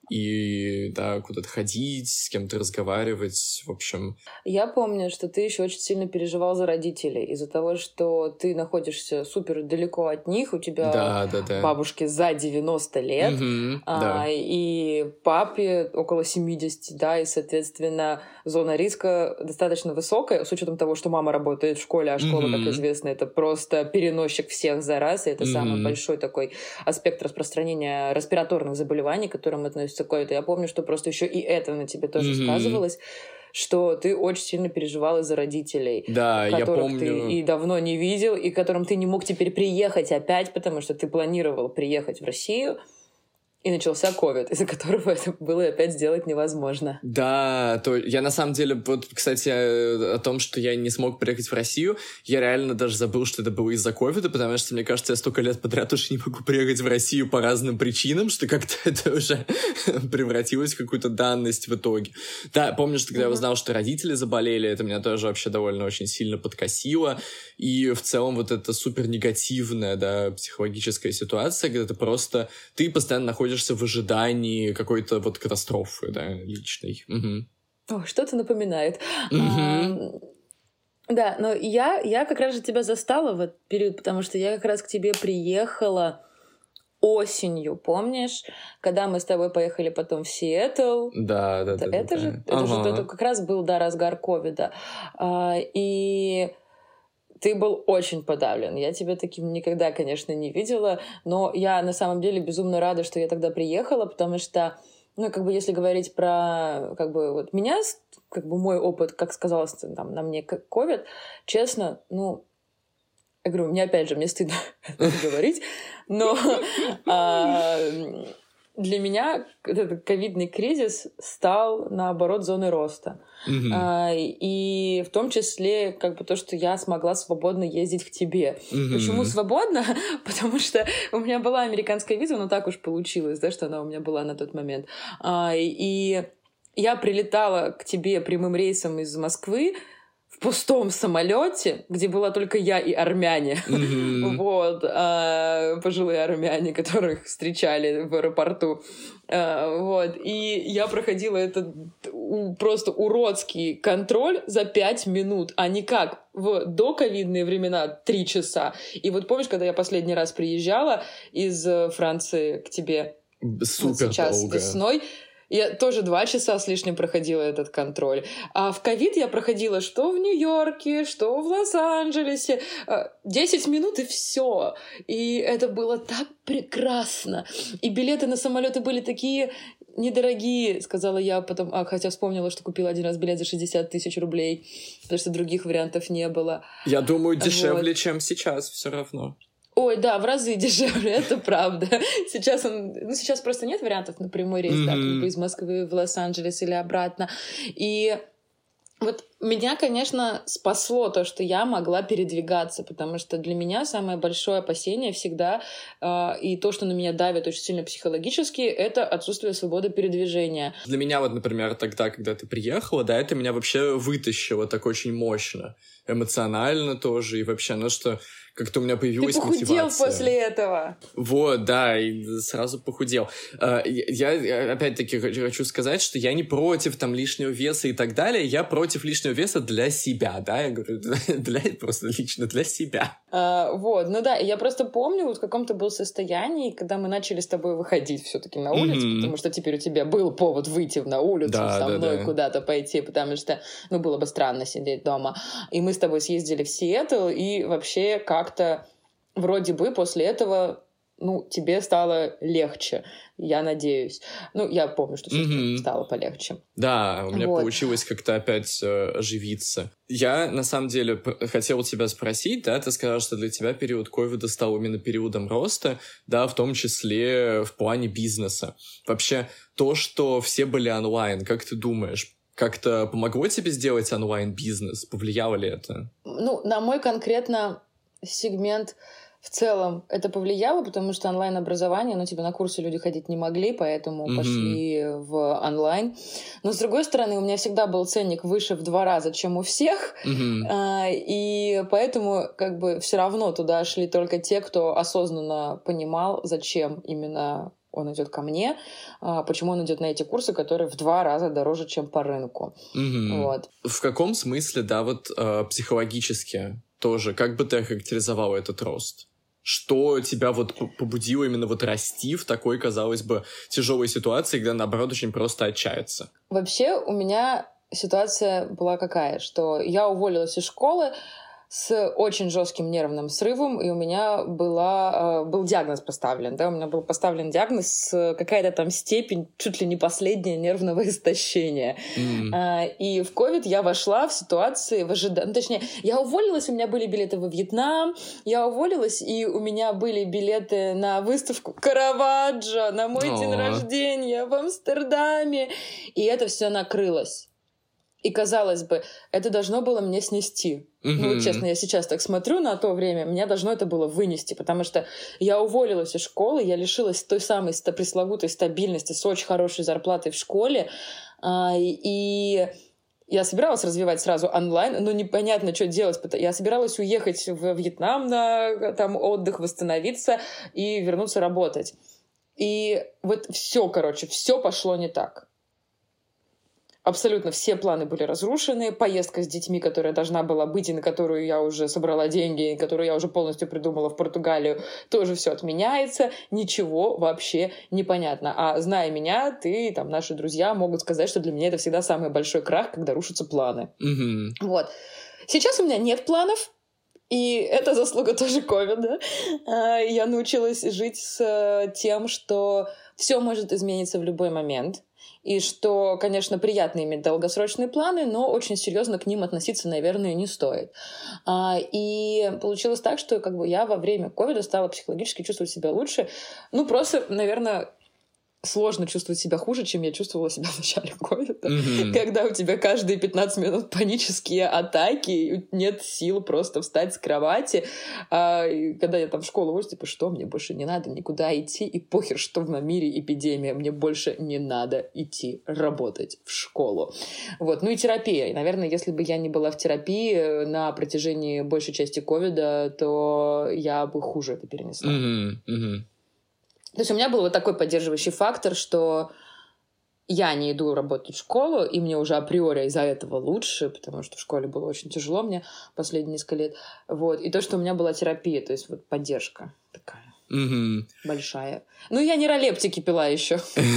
и, да, куда-то ходить, с кем-то разговаривать, в общем. Я помню, что ты еще очень сильно переживал за родителей из-за того, что ты находишься супер далеко от них, у тебя да, да, да. бабушке за девяносто лет, угу, а, да. и папе около семьдесят, да, и, соответственно, зона риска достаточно высокая, с учетом того, что мама работает в школе, а школа, угу. как известно, это просто переносчик всех зараз, и это угу. самый большой такой аспект распространения респираторных заболеваний, к которым относится какое-то. Я помню, что просто еще и это на тебе тоже mm-hmm. сказывалось, что ты очень сильно переживал из-за родителей, да, которых я помню. ты и давно не видел, и к которым ты не мог теперь приехать опять, потому что ты планировал приехать в Россию, и начался ковид, из-за которого это было опять сделать невозможно. Да, то я на самом деле, вот, кстати, о том, что я не смог приехать в Россию, я реально даже забыл, что это было из-за ковида, потому что, мне кажется, я столько лет подряд уже не могу приехать в Россию по разным причинам, что как-то это уже превратилось в какую-то данность в итоге. Да, помню, что когда mm-hmm. я узнал, что родители заболели, это меня тоже вообще довольно очень сильно подкосило, и в целом вот эта супер негативная, да, психологическая ситуация, когда ты просто, ты постоянно находишься в ожидании какой-то вот катастрофы, да, личной. Угу. О, что-то напоминает. Угу. А, да, но я, я как раз же тебя застала в этот период, потому что я как раз к тебе приехала осенью, помнишь, когда мы с тобой поехали потом в Сиэтл. Да, да, это, да. Это да, же, да. это Ага. же это как раз был, да, разгар ковида. А, и ты был очень подавлен. Я тебя таким никогда, конечно, не видела, но я на самом деле безумно рада, что я тогда приехала, потому что, ну, как бы, если говорить про, как бы, вот меня, как бы, мой опыт, как сказалось там, на мне ковид, честно, ну, я говорю, мне, опять же, мне стыдно говорить, но для меня этот ковидный кризис стал, наоборот, зоной роста. Mm-hmm. А, и в том числе как бы то, что я смогла свободно ездить к тебе. Mm-hmm. Почему свободно? Потому что у меня была американская виза, но так уж получилось, да, что она у меня была на тот момент. А, и я прилетала к тебе прямым рейсом из Москвы в пустом самолете, где была только я и армяне. Mm-hmm. Вот. А, пожилые армяне, которых встречали в аэропорту. А, вот. И я проходила этот просто уродский контроль за пять минут, а не как в доковидные времена три часа. И вот помнишь, когда я последний раз приезжала из Франции к тебе? Супер вот сейчас долго. Весной. Я тоже два часа с лишним проходила этот контроль. А в ковид я проходила что в Нью-Йорке, что в Лос-Анджелесе. Десять минут и все. И это было так прекрасно. И билеты на самолеты были такие недорогие, сказала я потом. А, хотя вспомнила, что купила один раз билет за шестьдесят тысяч рублей, потому что других вариантов не было. Я думаю, дешевле, вот. чем сейчас все равно. Ой, да, в разы дешевле, это правда. Сейчас он, ну, сейчас просто нет вариантов на прямой рейс, mm-hmm. да, как бы из Москвы в Лос-Анджелес или обратно. И вот меня, конечно, спасло то, что я могла передвигаться, потому что для меня самое большое опасение всегда, э, и то, что на меня давит очень сильно психологически, это отсутствие свободы передвижения. Для меня вот, например, тогда, когда ты приехала, да, это меня вообще вытащило так очень мощно. Эмоционально тоже, и вообще, ну что... Как-то у меня появилась мотивация. Ты похудел после этого. Вот, да, и сразу похудел. Я, опять-таки, хочу сказать, что я не против там лишнего веса и так далее. Я против лишнего веса для себя, да, я говорю, для, просто лично для себя. А, вот, ну да, я просто помню, вот в каком ты был состоянии, когда мы начали с тобой выходить все-таки на улицу, mm-hmm. потому что теперь у тебя был повод выйти на улицу да, со да, мной да. куда-то пойти, потому что, ну, было бы странно сидеть дома. И мы с тобой съездили в Сиэтл, и вообще как как-то вроде бы после этого ну, тебе стало легче, я надеюсь. Ну, я помню, что все mm-hmm. стало полегче. Да, у меня вот. Получилось как-то опять э, оживиться. Я, на самом деле, хотел тебя спросить, да, ты сказал, что для тебя период ковида стал именно периодом роста, да, в том числе в плане бизнеса. Вообще, то, что все были онлайн, как ты думаешь, как-то помогло тебе сделать онлайн-бизнес? Повлияло ли это? Ну, на мой конкретно сегмент в целом это повлияло, потому что онлайн-образование, ну, типа, на курсы люди ходить не могли, поэтому mm-hmm. пошли в онлайн. Но, с другой стороны, у меня всегда был ценник выше в два раза, чем у всех, mm-hmm. а, и поэтому, как бы, все равно туда шли только те, кто осознанно понимал, зачем именно он идет ко мне, а, почему он идет на эти курсы, которые в два раза дороже, чем по рынку. Mm-hmm. Вот. В каком смысле, да, вот э, психологически тоже, как бы ты охарактеризовала этот рост? Что тебя вот побудило именно вот расти в такой, казалось бы, тяжелой ситуации, когда, наоборот, очень просто отчаяться? Вообще у меня ситуация была какая, что я уволилась из школы с очень жестким нервным срывом, и у меня была, был диагноз поставлен. Да? У меня был поставлен диагноз какая-то там степень, чуть ли не последнее нервного истощения. Mm. И в ковид я вошла в ситуации, в ожидании... Ну, точнее, я уволилась, у меня были билеты во Вьетнам, я уволилась, и у меня были билеты на выставку Караваджо, на мой oh. день рождения в Амстердаме. И это все накрылось. И, казалось бы, это должно было мне снести. Mm-hmm. Ну, честно, я сейчас так смотрю на то время, меня должно это было вынести, потому что я уволилась из школы, я лишилась той самой пресловутой стабильности с очень хорошей зарплатой в школе, и я собиралась развивать сразу онлайн, но непонятно, что делать. Я собиралась уехать в Вьетнам на там, отдых, восстановиться и вернуться работать. И вот все, короче, все пошло не так. Абсолютно все планы были разрушены. Поездка с детьми, которая должна была быть, и на которую я уже собрала деньги, и которую я уже полностью придумала в Португалию, тоже все отменяется. Ничего вообще непонятно. А зная меня, ты, там, наши друзья могут сказать, что для меня это всегда самый большой крах, когда рушатся планы. Mm-hmm. Вот. Сейчас у меня нет планов. И это заслуга тоже ковида. Я научилась жить с тем, что все может измениться в любой момент. И что, конечно, приятно иметь долгосрочные планы, но очень серьезно к ним относиться, наверное, не стоит. И получилось так, что как бы, я во время ковида стала психологически чувствовать себя лучше. Ну, просто, наверное, сложно чувствовать себя хуже, чем я чувствовала себя в начале ковида. Mm-hmm. Когда у тебя каждые пятнадцать минут панические атаки, нет сил просто встать с кровати. А когда я там в школу вожу, типа, что, мне больше не надо никуда идти, и похер, что в мире эпидемия, мне больше не надо идти работать в школу. Вот. Ну и терапия. И, наверное, если бы я не была в терапии на протяжении большей части ковида, то я бы хуже это перенесла. Mm-hmm. Mm-hmm. То есть у меня был вот такой поддерживающий фактор, что я не иду работать в школу, и мне уже априори из-за этого лучше, потому что в школе было очень тяжело мне последние несколько лет. Вот. И то, что у меня была терапия, то есть вот поддержка такая mm-hmm. большая. Ну, я не ролептики пила еще.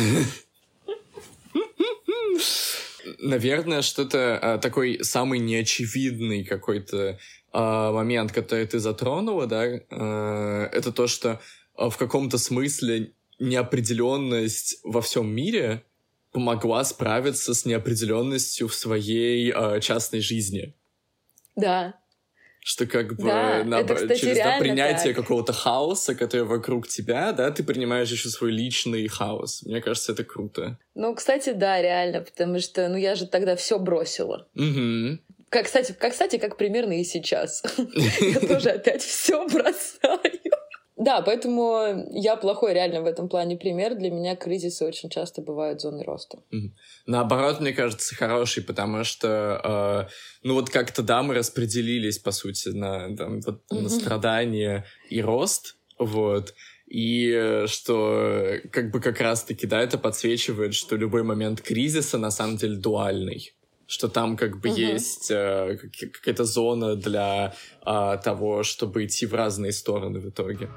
Наверное, что-то такой самый неочевидный какой-то момент, который ты затронула, да, это то, что в каком-то смысле неопределенность во всем мире помогла справиться с неопределенностью в своей э, частной жизни. Да. Что как бы да, на, это, кстати, через да, принятие так. какого-то хаоса, который вокруг тебя, да, ты принимаешь еще свой личный хаос. Мне кажется, это круто. Ну, кстати, да, реально, потому что, ну, я же тогда все бросила. Угу. Как, кстати, как, кстати, как примерно и сейчас. Я тоже опять все бросаю. Да, поэтому я плохой реально в этом плане пример. Для меня кризисы очень часто бывают зоной роста. Mm-hmm. Наоборот, мне кажется, хороший, потому что, э, ну вот как-то, да, мы распределились, по сути, на, там, вот, mm-hmm. на страдания и рост, вот, и что как бы как раз-таки, да, это подсвечивает, что любой момент кризиса на самом деле дуальный. Что там как бы uh-huh. есть э, какая-то зона для э, того, чтобы идти в разные стороны в итоге.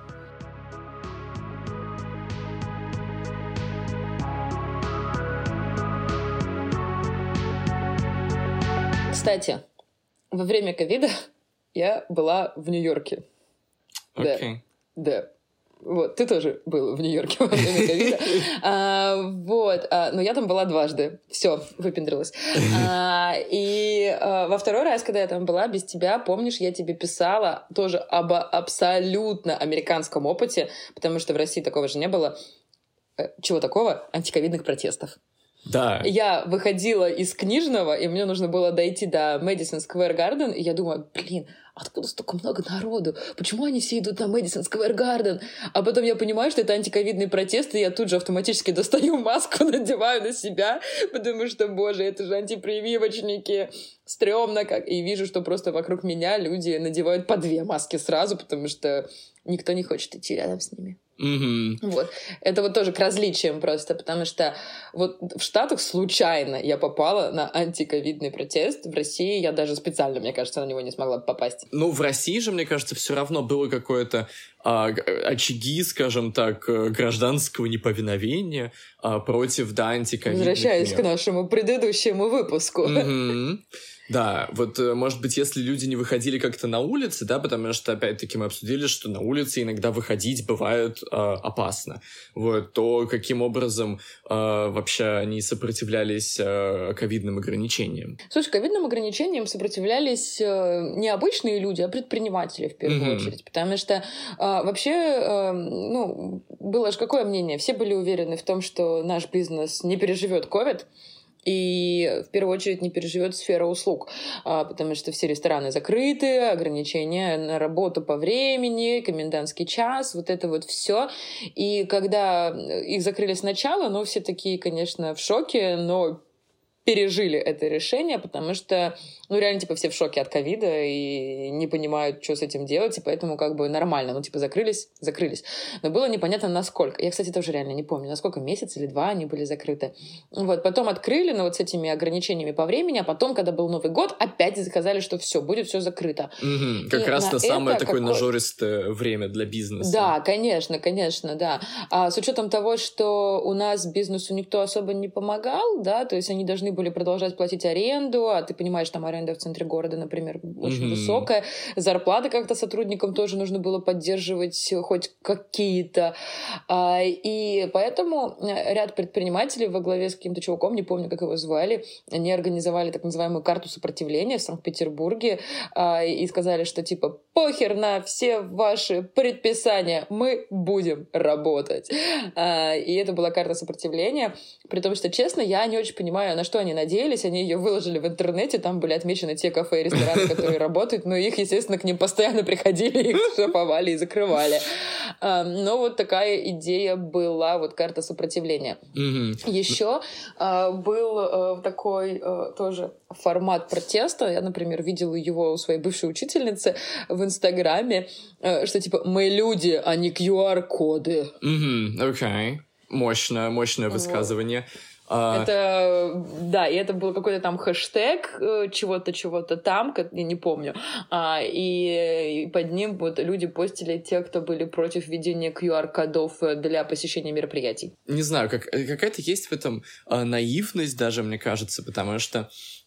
Кстати, во время ковида я была в Нью-Йорке. Окей. Okay. Да. Да. Вот, ты тоже был в Нью-Йорке во время ковида. А, вот, а, но я там была дважды. Все, выпендрилась. А, и а, во второй раз, когда я там была без тебя, помнишь, я тебе писала тоже об абсолютно американском опыте, потому что в России такого же не было. Чего такого? Антиковидных протестов. Да. Я выходила из книжного, и мне нужно было дойти до Мэдисон Сквер Гарден, и я думаю, блин, откуда столько много народу? Почему они все идут на Мэдисон Сквер Гарден? А потом я понимаю, что это антиковидные протесты, и я тут же автоматически достаю маску, надеваю на себя, потому что, боже, это же антипрививочники, стрёмно как. И вижу, что просто вокруг меня люди надевают по две маски сразу, потому что никто не хочет идти рядом с ними. Mm-hmm. Вот. Это вот тоже к различиям просто, потому что вот в Штатах случайно я попала на антиковидный протест. В России я даже специально, мне кажется, на него не смогла попасть. Ну, в России же, мне кажется, все равно было какое-то а, очаги, скажем так, гражданского неповиновения а, против, да, антиковидных Возвращаясь мер. к нашему предыдущему выпуску. Mm-hmm. Да, вот, может быть, если люди не выходили как-то на улицы, да, потому что, опять-таки, мы обсудили, что на улице иногда выходить бывает э, опасно, вот, то каким образом э, вообще они сопротивлялись э, ковидным ограничениям? Слушай, ковидным ограничениям сопротивлялись э, не обычные люди, а предприниматели, в первую mm-hmm. очередь, потому что э, вообще, э, ну, было же какое мнение? Все были уверены в том, что наш бизнес не переживет ковид, и в первую очередь не переживет сфера услуг, потому что все рестораны закрыты, ограничения на работу по времени, комендантский час, вот это вот все. И когда их закрыли сначала, ну, все такие, конечно, в шоке, но пережили это решение, потому что, ну, реально, типа, все в шоке от ковида и не понимают, что с этим делать, и поэтому как бы нормально. Ну, типа, закрылись, закрылись. Но было непонятно, насколько. Я, кстати, тоже реально не помню, насколько месяц или два они были закрыты. Вот, потом открыли, но вот с этими ограничениями по времени, а потом, когда был Новый год, опять заказали, что все, будет все закрыто. Mm-hmm. Как и раз на самое такое какое... нажористое время для бизнеса. Да, конечно, конечно, да. А с учетом того, что у нас бизнесу никто особо не помогал, да, то есть они должны были продолжать платить аренду, а ты понимаешь, там аренда в центре города, например, очень mm-hmm. высокая, зарплаты как-то сотрудникам тоже нужно было поддерживать хоть какие-то. А, и поэтому ряд предпринимателей во главе с каким-то чуваком, не помню, как его звали, они организовали так называемую карту сопротивления в Санкт-Петербурге а, и сказали, что типа похер на все ваши предписания, мы будем работать. А, и это была карта сопротивления, при том, что, честно, я не очень понимаю, на что они надеялись. Они ее выложили в интернете, там были отмечены те кафе и рестораны, которые работают, но их, естественно, к ним постоянно приходили, их штрафовали и закрывали. А, но вот такая идея была, вот карта сопротивления. Mm-hmm. Еще а, был а, такой а, тоже формат протеста. Я, например, видела его у своей бывшей учительницы в Инстаграме, а, что типа «мы люди, а не ку ар-коды». Окей. Mm-hmm. Okay. Мощное, мощное высказывание. Uh... Это, да, и это был какой-то там хэштег чего-то, чего-то там, я не помню, а, и, и под ним вот люди постили те, кто были против введения ку ар-кодов для посещения мероприятий. Не знаю, как, какая-то есть в этом а, наивность даже, мне кажется, потому что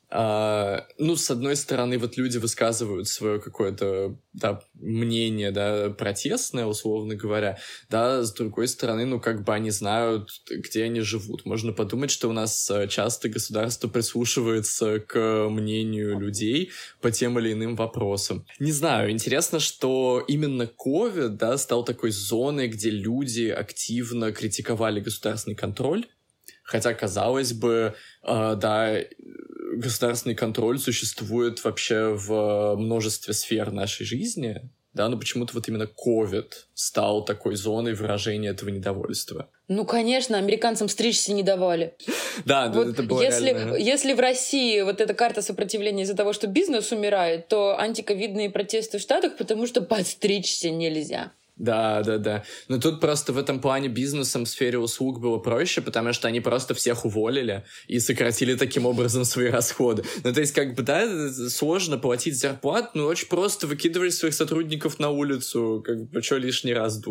Uh, ну, с одной стороны, вот люди высказывают свое какое-то, да, мнение, да, протестное, условно говоря, да, с другой стороны, ну, как бы они знают, где они живут. Можно подумать, что у нас часто государство прислушивается к мнению людей по тем или иным вопросам. Не знаю, интересно, что именно ковид, да, стал такой зоной, где люди активно критиковали государственный контроль, хотя, казалось бы, uh, да, государственный контроль существует вообще в множестве сфер нашей жизни, да, но почему-то вот именно ковид стал такой зоной выражения этого недовольства. Ну, конечно, американцам стричься не давали. Да, вот это было если, реально. Если в России вот эта карта сопротивления из-за того, что бизнес умирает, то антиковидные протесты в Штатах, потому что подстричься нельзя. Да, да, да. Но тут просто в этом плане бизнесом в сфере услуг было проще, потому что они просто всех уволили и сократили таким образом свои расходы. Ну, то есть, как бы, да, сложно платить зарплату, но очень просто выкидывать своих сотрудников на улицу, как бы, что лишний раз думать.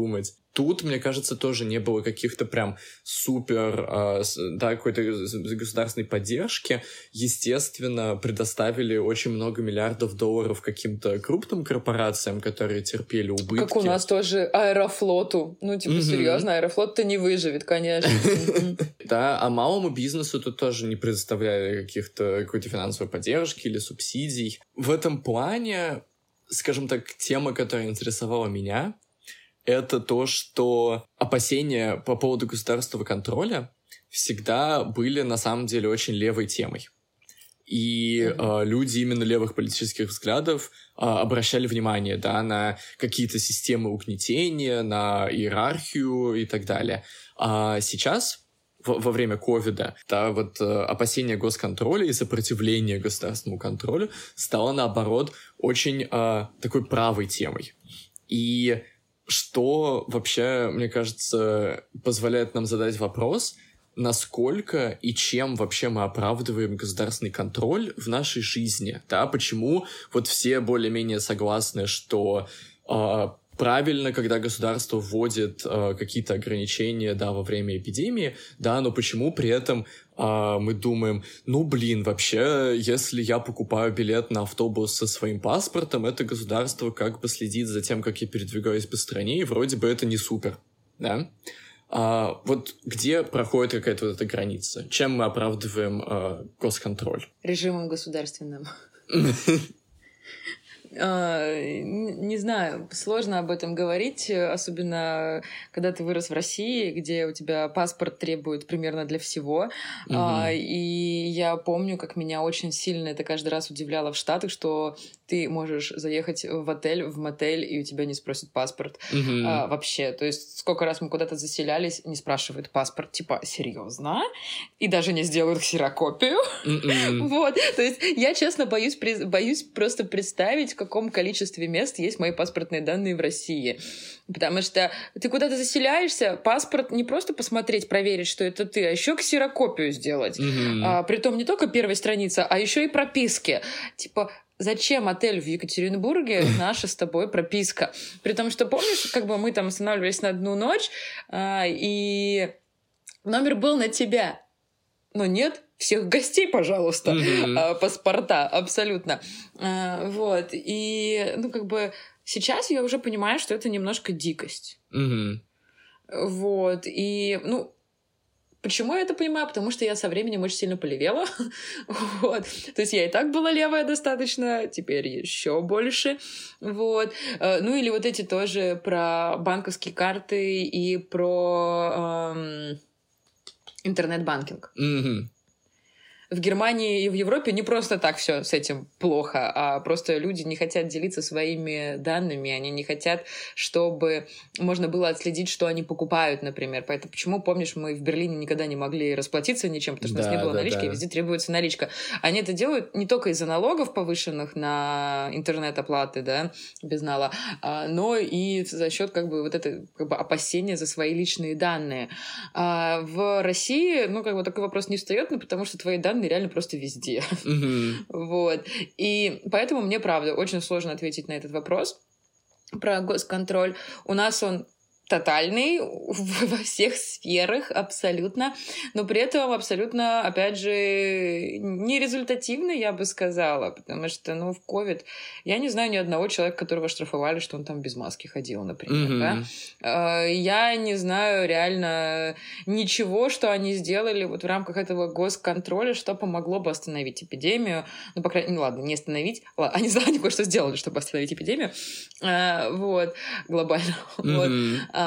тут, мне кажется, тоже не было каких-то прям супер, э, да, какой-то государственной поддержки. Естественно, предоставили очень много миллиардов долларов каким-то крупным корпорациям, которые терпели убытки. Как у нас тоже Аэрофлоту. Ну, типа, mm-hmm. серьезно, Аэрофлот-то не выживет, конечно. Да, а малому бизнесу тут тоже не предоставляли каких-то какой-то финансовой поддержки или субсидий. В этом плане, скажем так, тема, которая интересовала меня, это то, что опасения по поводу государственного контроля всегда были на самом деле очень левой темой. И mm-hmm. э, люди именно левых политических взглядов э, обращали внимание, да, на какие-то системы угнетения, на иерархию и так далее. А сейчас, в, во время ковида, да, вот э, опасение госконтроля и сопротивление государственному контролю стало, наоборот, очень э, такой правой темой. И что вообще, мне кажется, позволяет нам задать вопрос, насколько и чем вообще мы оправдываем государственный контроль в нашей жизни, да, почему вот все более-менее согласны, что э, правильно, когда государство вводит э, какие-то ограничения, да, во время эпидемии, да, но почему при этом э, мы думаем, ну, блин, вообще, если я покупаю билет на автобус со своим паспортом, это государство как бы следит за тем, как я передвигаюсь по стране, и вроде бы это не супер, да. А, вот где проходит какая-то вот эта граница? Чем мы оправдываем а, госконтроль? Режимом государственным. Не знаю, сложно об этом говорить, особенно когда ты вырос в России, где у тебя паспорт требует примерно для всего. Угу. И я помню, как меня очень сильно это каждый раз удивляло в Штатах, что ты можешь заехать в отель, в мотель, и у тебя не спросят паспорт. Угу. А, вообще. То есть сколько раз мы куда-то заселялись, не спрашивают паспорт. Типа, серьезно? И даже не сделают ксерокопию. Вот. То есть я, честно, боюсь, боюсь просто представить, в каком количестве мест есть мои паспортные данные в России. Потому что ты куда-то заселяешься, паспорт не просто посмотреть, проверить, что это ты, а еще ксерокопию сделать. Mm-hmm. А, притом не только первая страница, а еще и прописки. Типа, зачем отель в Екатеринбурге наша с тобой прописка? При том, что, помнишь, как бы мы там останавливались на одну ночь, а, и номер был на тебя. Но нет, всех гостей, пожалуйста, mm-hmm. а, паспорта, абсолютно. А, вот, и, ну, как бы, сейчас я уже понимаю, что это немножко дикость. Mm-hmm. Вот, и, ну, почему я это понимаю? Потому что я со временем очень сильно полевела. Вот. То есть я и так была левая достаточно, теперь еще больше. Вот. Ну или вот эти тоже про банковские карты и про эм, интернет-банкинг. Mm-hmm. В Германии и в Европе не просто так все с этим плохо, а просто люди не хотят делиться своими данными, они не хотят, чтобы можно было отследить, что они покупают, например. Поэтому почему, помнишь, мы в Берлине никогда не могли расплатиться ничем, потому что да, у нас не было да, налички, да. И везде требуется наличка. Они это делают не только из-за налогов повышенных на интернет-оплаты, да, безнала, но и за счет как бы вот это как бы опасения за свои личные данные. А в России, ну, как бы такой вопрос не встает, ну, потому что твои данные реально просто везде. Mm-hmm. Вот. И поэтому мне, правда, очень сложно ответить на этот вопрос про госконтроль. У нас он тотальный во всех сферах абсолютно, но при этом абсолютно, опять же, нерезультативный, я бы сказала, потому что, ну, в ковид я не знаю ни одного человека, которого штрафовали, что он там без маски ходил, например, mm-hmm. да? Я не знаю реально ничего, что они сделали вот в рамках этого госконтроля, что помогло бы остановить эпидемию, ну, по крайней мере, ладно, не остановить, ладно, они заранее кое-что сделали, чтобы остановить эпидемию, вот, глобально, mm-hmm. вот.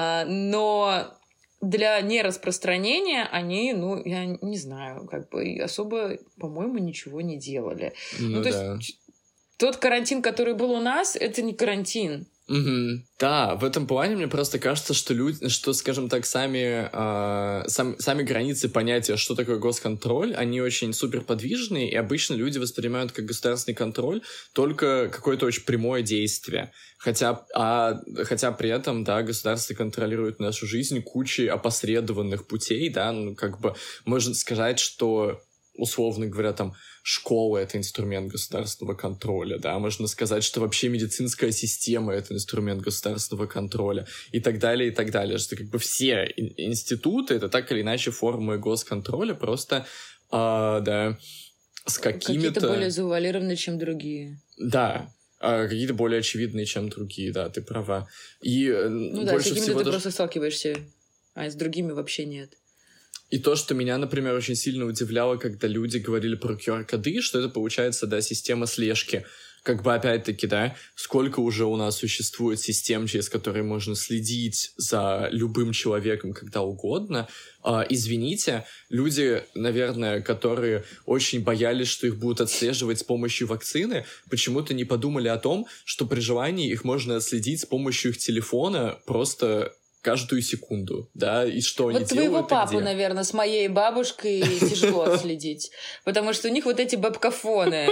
Но для нераспространения они, ну, я не знаю, как бы особо, по-моему, ничего не делали. Ну, ну то да. есть тот карантин, который был у нас, это не карантин. Угу. Да, в этом плане мне просто кажется, что люди, что, скажем так, сами, э, сам, сами границы понятия, что такое госконтроль, они очень суперподвижные, и обычно люди воспринимают как государственный контроль только какое-то очень прямое действие. Хотя, а, хотя при этом, да, государство контролирует нашу жизнь кучей опосредованных путей, да, ну, как бы можно сказать, что условно говоря, там, школа — это инструмент государственного контроля, да, можно сказать, что вообще медицинская система — это инструмент государственного контроля, и так далее, и так далее, что как бы все институты — это так или иначе формы госконтроля, просто, а, да, с какими-то... Какие-то более завуалированы, чем другие. Да, а какие-то более очевидные, чем другие, да, ты права. И ну да, с какими-то ты даже... просто сталкиваешься, а с другими вообще нет. И то, что меня, например, очень сильно удивляло, когда люди говорили про ку ар-коды, что это, получается, да, система слежки. Как бы, опять-таки, да, сколько уже у нас существует систем, через которые можно следить за любым человеком когда угодно. А, извините, люди, наверное, которые очень боялись, что их будут отслеживать с помощью вакцины, почему-то не подумали о том, что при желании их можно отследить с помощью их телефона просто... каждую секунду, да, и что вот они делают. Вот твоего папу, где. наверное, с моей бабушкой тяжело отследить, потому что у них вот эти бабкафоны,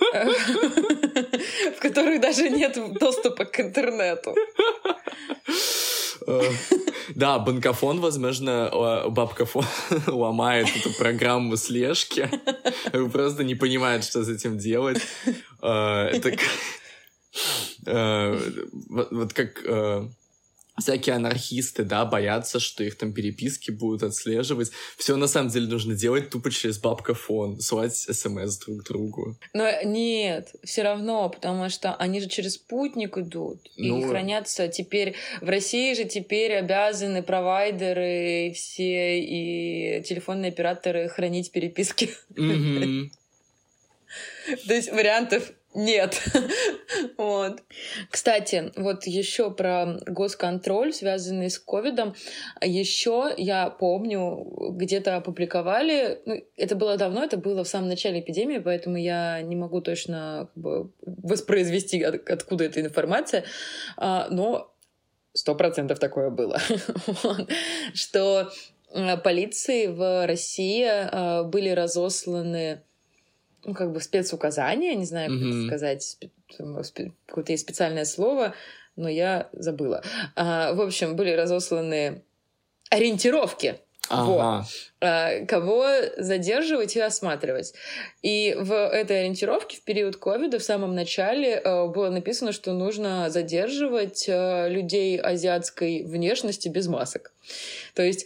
в которых даже нет доступа к интернету. Да, банкофон, возможно, бабкафон ломает эту программу слежки, просто не понимает, что с этим делать. Это вот как... всякие анархисты, да, боятся, что их там переписки будут отслеживать. Все на самом деле нужно делать тупо через бабкафон, слать смс друг другу. Но нет, все равно, потому что они же через спутник идут ну... и хранятся теперь... В России же теперь обязаны провайдеры все и телефонные операторы хранить переписки. Mm-hmm. То есть вариантов нет. Вот. Кстати, вот еще про госконтроль, связанный с ковидом. Еще я помню, где-то опубликовали, ну, это было давно, это было в самом начале эпидемии, поэтому я не могу точно как бы воспроизвести, от, откуда эта информация, но сто процентов такое было, что полиции в России были разосланы ну, как бы спецуказания, не знаю, как mm-hmm. сказать, спе- какое-то есть специальное слово, но я забыла. А, в общем, были разосланы ориентировки, ага. вот, а, кого задерживать и осматривать. И в этой ориентировке в период ковида в самом начале а, было написано, что нужно задерживать а, людей азиатской внешности без масок. То есть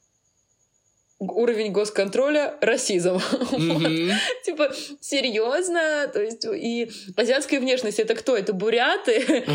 уровень госконтроля — расизм. Mm-hmm. Вот. Типа, серьезно? То есть, и азиатская внешность — это кто? Это буряты?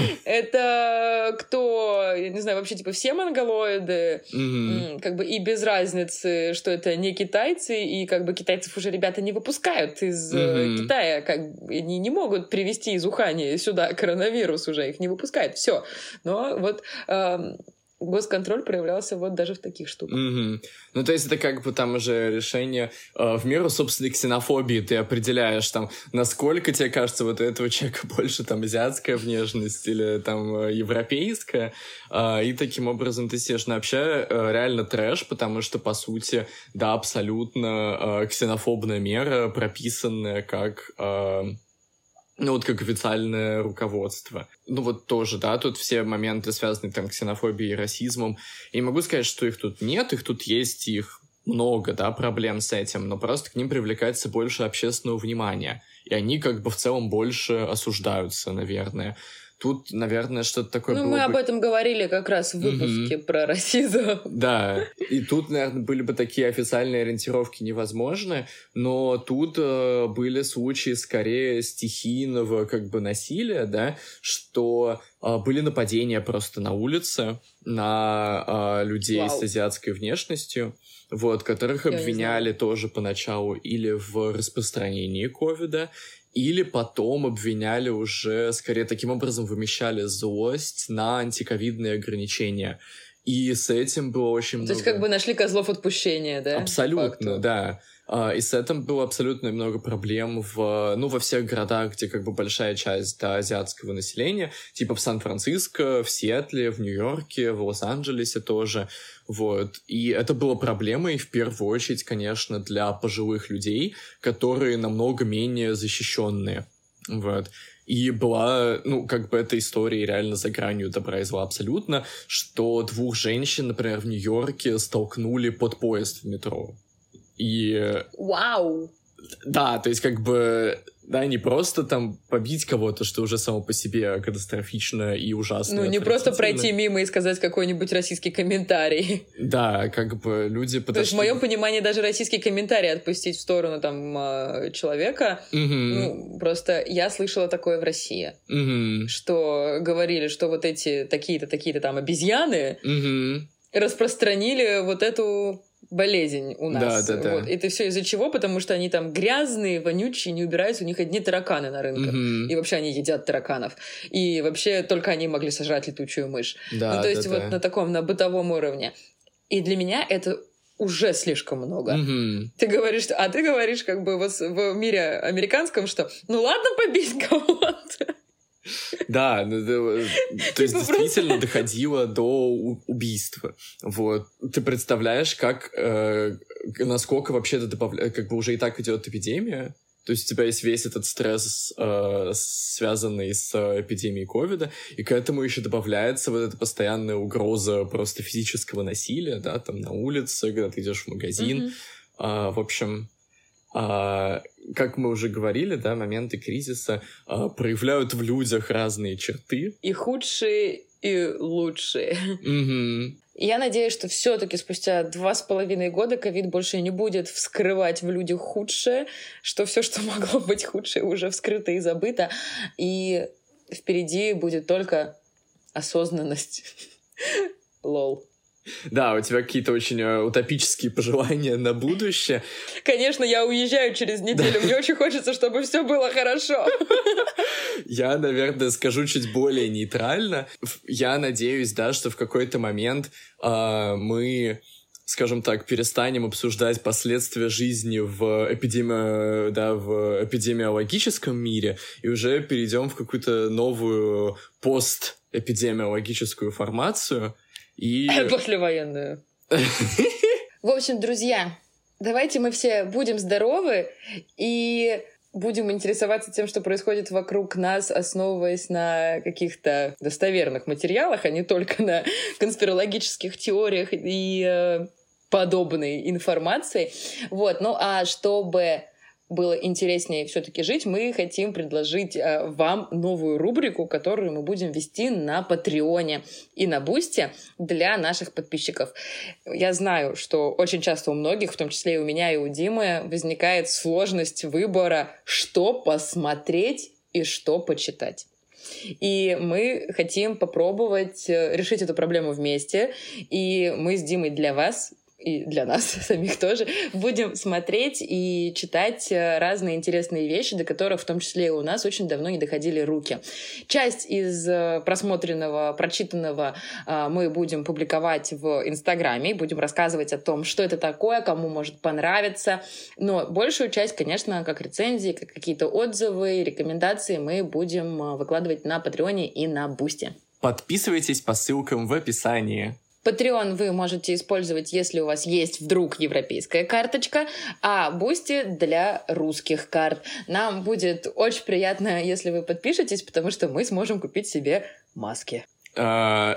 Это кто? Я не знаю, вообще, типа, все монголоиды? Mm-hmm. Как бы и без разницы, что это не китайцы, и как бы китайцев уже ребята не выпускают из mm-hmm. Китая. Как, они не могут привезти из Ухани сюда коронавирус уже, их не выпускают. Все. Но вот... Эм, госконтроль проявлялся вот даже в таких штуках. Mm-hmm. Ну, то есть это как бы там уже решение э, в меру собственной ксенофобии ты определяешь там, насколько тебе кажется вот у этого человека больше там азиатская внешность или там европейская, э, и таким образом ты сидишь. Но вообще э, реально трэш, потому что, по сути, да, абсолютно э, ксенофобная мера, прописанная как... Э, ну, вот как официальное руководство. Ну, вот тоже, да, тут все моменты, связанные там ксенофобией и расизмом. И не могу сказать, что их тут нет, их тут есть, их много, да, проблем с этим, но просто к ним привлекается больше общественного внимания. И они как бы в целом больше осуждаются, наверное. Тут, наверное, что-то такое ну, было мы бы... об этом говорили как раз в выпуске mm-hmm. про расизм. Да, и тут, наверное, были бы такие официальные ориентировки невозможны, но тут э, были случаи скорее стихийного как бы насилия, да, что э, были нападения просто на улице на э, людей Вау. С азиатской внешностью, вот, которых Я обвиняли тоже поначалу или в распространении ковида, или потом обвиняли уже, скорее, таким образом вымещали злость на антиковидные ограничения. И с этим было очень То много... То есть как бы нашли козлов отпущения, да? Абсолютно, да. И с этим было абсолютно много проблем в, ну, во всех городах, где как бы большая часть да, азиатского населения, типа в Сан-Франциско, в Сиэтле, в Нью-Йорке, в Лос-Анджелесе тоже. Вот. И это было проблемой, в первую очередь, конечно, для пожилых людей, которые намного менее защищенные. Вот. И была, ну, как бы эта история реально за гранью добра и зла абсолютно, что двух женщин, например, в Нью-Йорке столкнули под поезд в метро. И... Вау! Да, то есть как бы... Да, не просто там побить кого-то, что уже само по себе катастрофично и ужасно. Ну, не просто пройти мимо и сказать какой-нибудь российский комментарий. Да, как бы люди подошли... То есть, в моем понимании, даже российский комментарий отпустить в сторону там человека, угу. ну, просто я слышала такое в России, угу. что говорили, что вот эти такие-то, такие-то там обезьяны угу. распространили вот эту... болезнь у нас. Да, да, да. Вот. Это все из-за чего? Потому что они там грязные, вонючие, не убираются, у них одни тараканы на рынках. Mm-hmm. И вообще они едят тараканов. И вообще только они могли сожрать летучую мышь. Да, ну, то есть да, вот да. на таком, на бытовом уровне. И для меня это уже слишком много. Mm-hmm. Ты говоришь, а ты говоришь как бы вот в мире американском, что ну ладно побить кого-то. Да, ну, то есть действительно доходило до убийства. Вот. Ты представляешь, как, э, насколько вообще это добавляет, как бы уже и так идет эпидемия. То есть у тебя есть весь этот стресс, э, связанный с эпидемией ковида, и к этому еще добавляется вот эта постоянная угроза просто физического насилия, да, там на улице, когда ты идешь в магазин. Mm-hmm. А, в общем... А, как мы уже говорили, да, моменты кризиса а, проявляют в людях разные черты. И худшие, и лучшие. Mm-hmm. Я надеюсь, что все-таки спустя два с половиной года ковид больше не будет вскрывать в людях худшее, что все, что могло быть худшее, уже вскрыто и забыто, и впереди будет только осознанность. Лол. Да, у тебя какие-то очень э, утопические пожелания на будущее. Конечно, я уезжаю через неделю. Мне очень хочется, чтобы все было хорошо. Я, наверное, скажу чуть более нейтрально. Я надеюсь, да, что в какой-то момент э, мы, скажем так, перестанем обсуждать последствия жизни в, эпидеми... да, в эпидемиологическом мире и уже перейдем в какую-то новую пост-эпидемиологическую формацию. И... Послевоенную. В общем, друзья, давайте мы все будем здоровы и будем интересоваться тем, что происходит вокруг нас, основываясь на каких-то достоверных материалах, а не только на конспирологических теориях и э, подобной информации. Вот. Ну а чтобы было интереснее все-таки жить, мы хотим предложить э, вам новую рубрику, которую мы будем вести на Патреоне и на Бусти для наших подписчиков. Я знаю, что очень часто у многих, в том числе и у меня, и у Димы, возникает сложность выбора, что посмотреть и что почитать. И мы хотим попробовать решить эту проблему вместе. И мы с Димой для вас и для нас самих тоже, будем смотреть и читать разные интересные вещи, до которых в том числе и у нас очень давно не доходили руки. Часть из просмотренного, прочитанного мы будем публиковать в Инстаграме, будем рассказывать о том, что это такое, кому может понравиться. Но большую часть, конечно, как рецензии, как какие-то отзывы, рекомендации мы будем выкладывать на Патреоне и на Бусти. Подписывайтесь по ссылкам в описании. Patreon вы можете использовать, если у вас есть вдруг европейская карточка, а Boosty для русских карт. Нам будет очень приятно, если вы подпишетесь, потому что мы сможем купить себе маски. Да,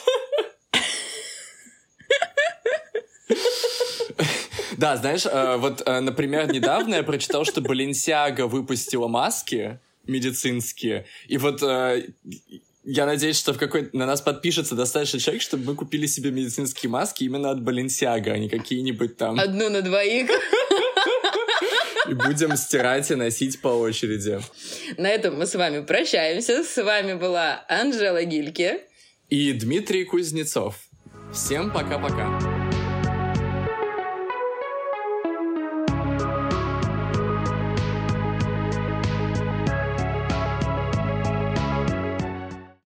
знаешь, вот, например, недавно я прочитал, что Balenciaga выпустила маски медицинские, и вот... Я надеюсь, что в какой на нас подпишется достаточно человек, чтобы мы купили себе медицинские маски именно от Balenciaga, а не какие-нибудь там... Одну на двоих. И будем стирать и носить по очереди. На этом мы с вами прощаемся. С вами была Анжела Гильке и Дмитрий Кузнецов. Всем пока-пока.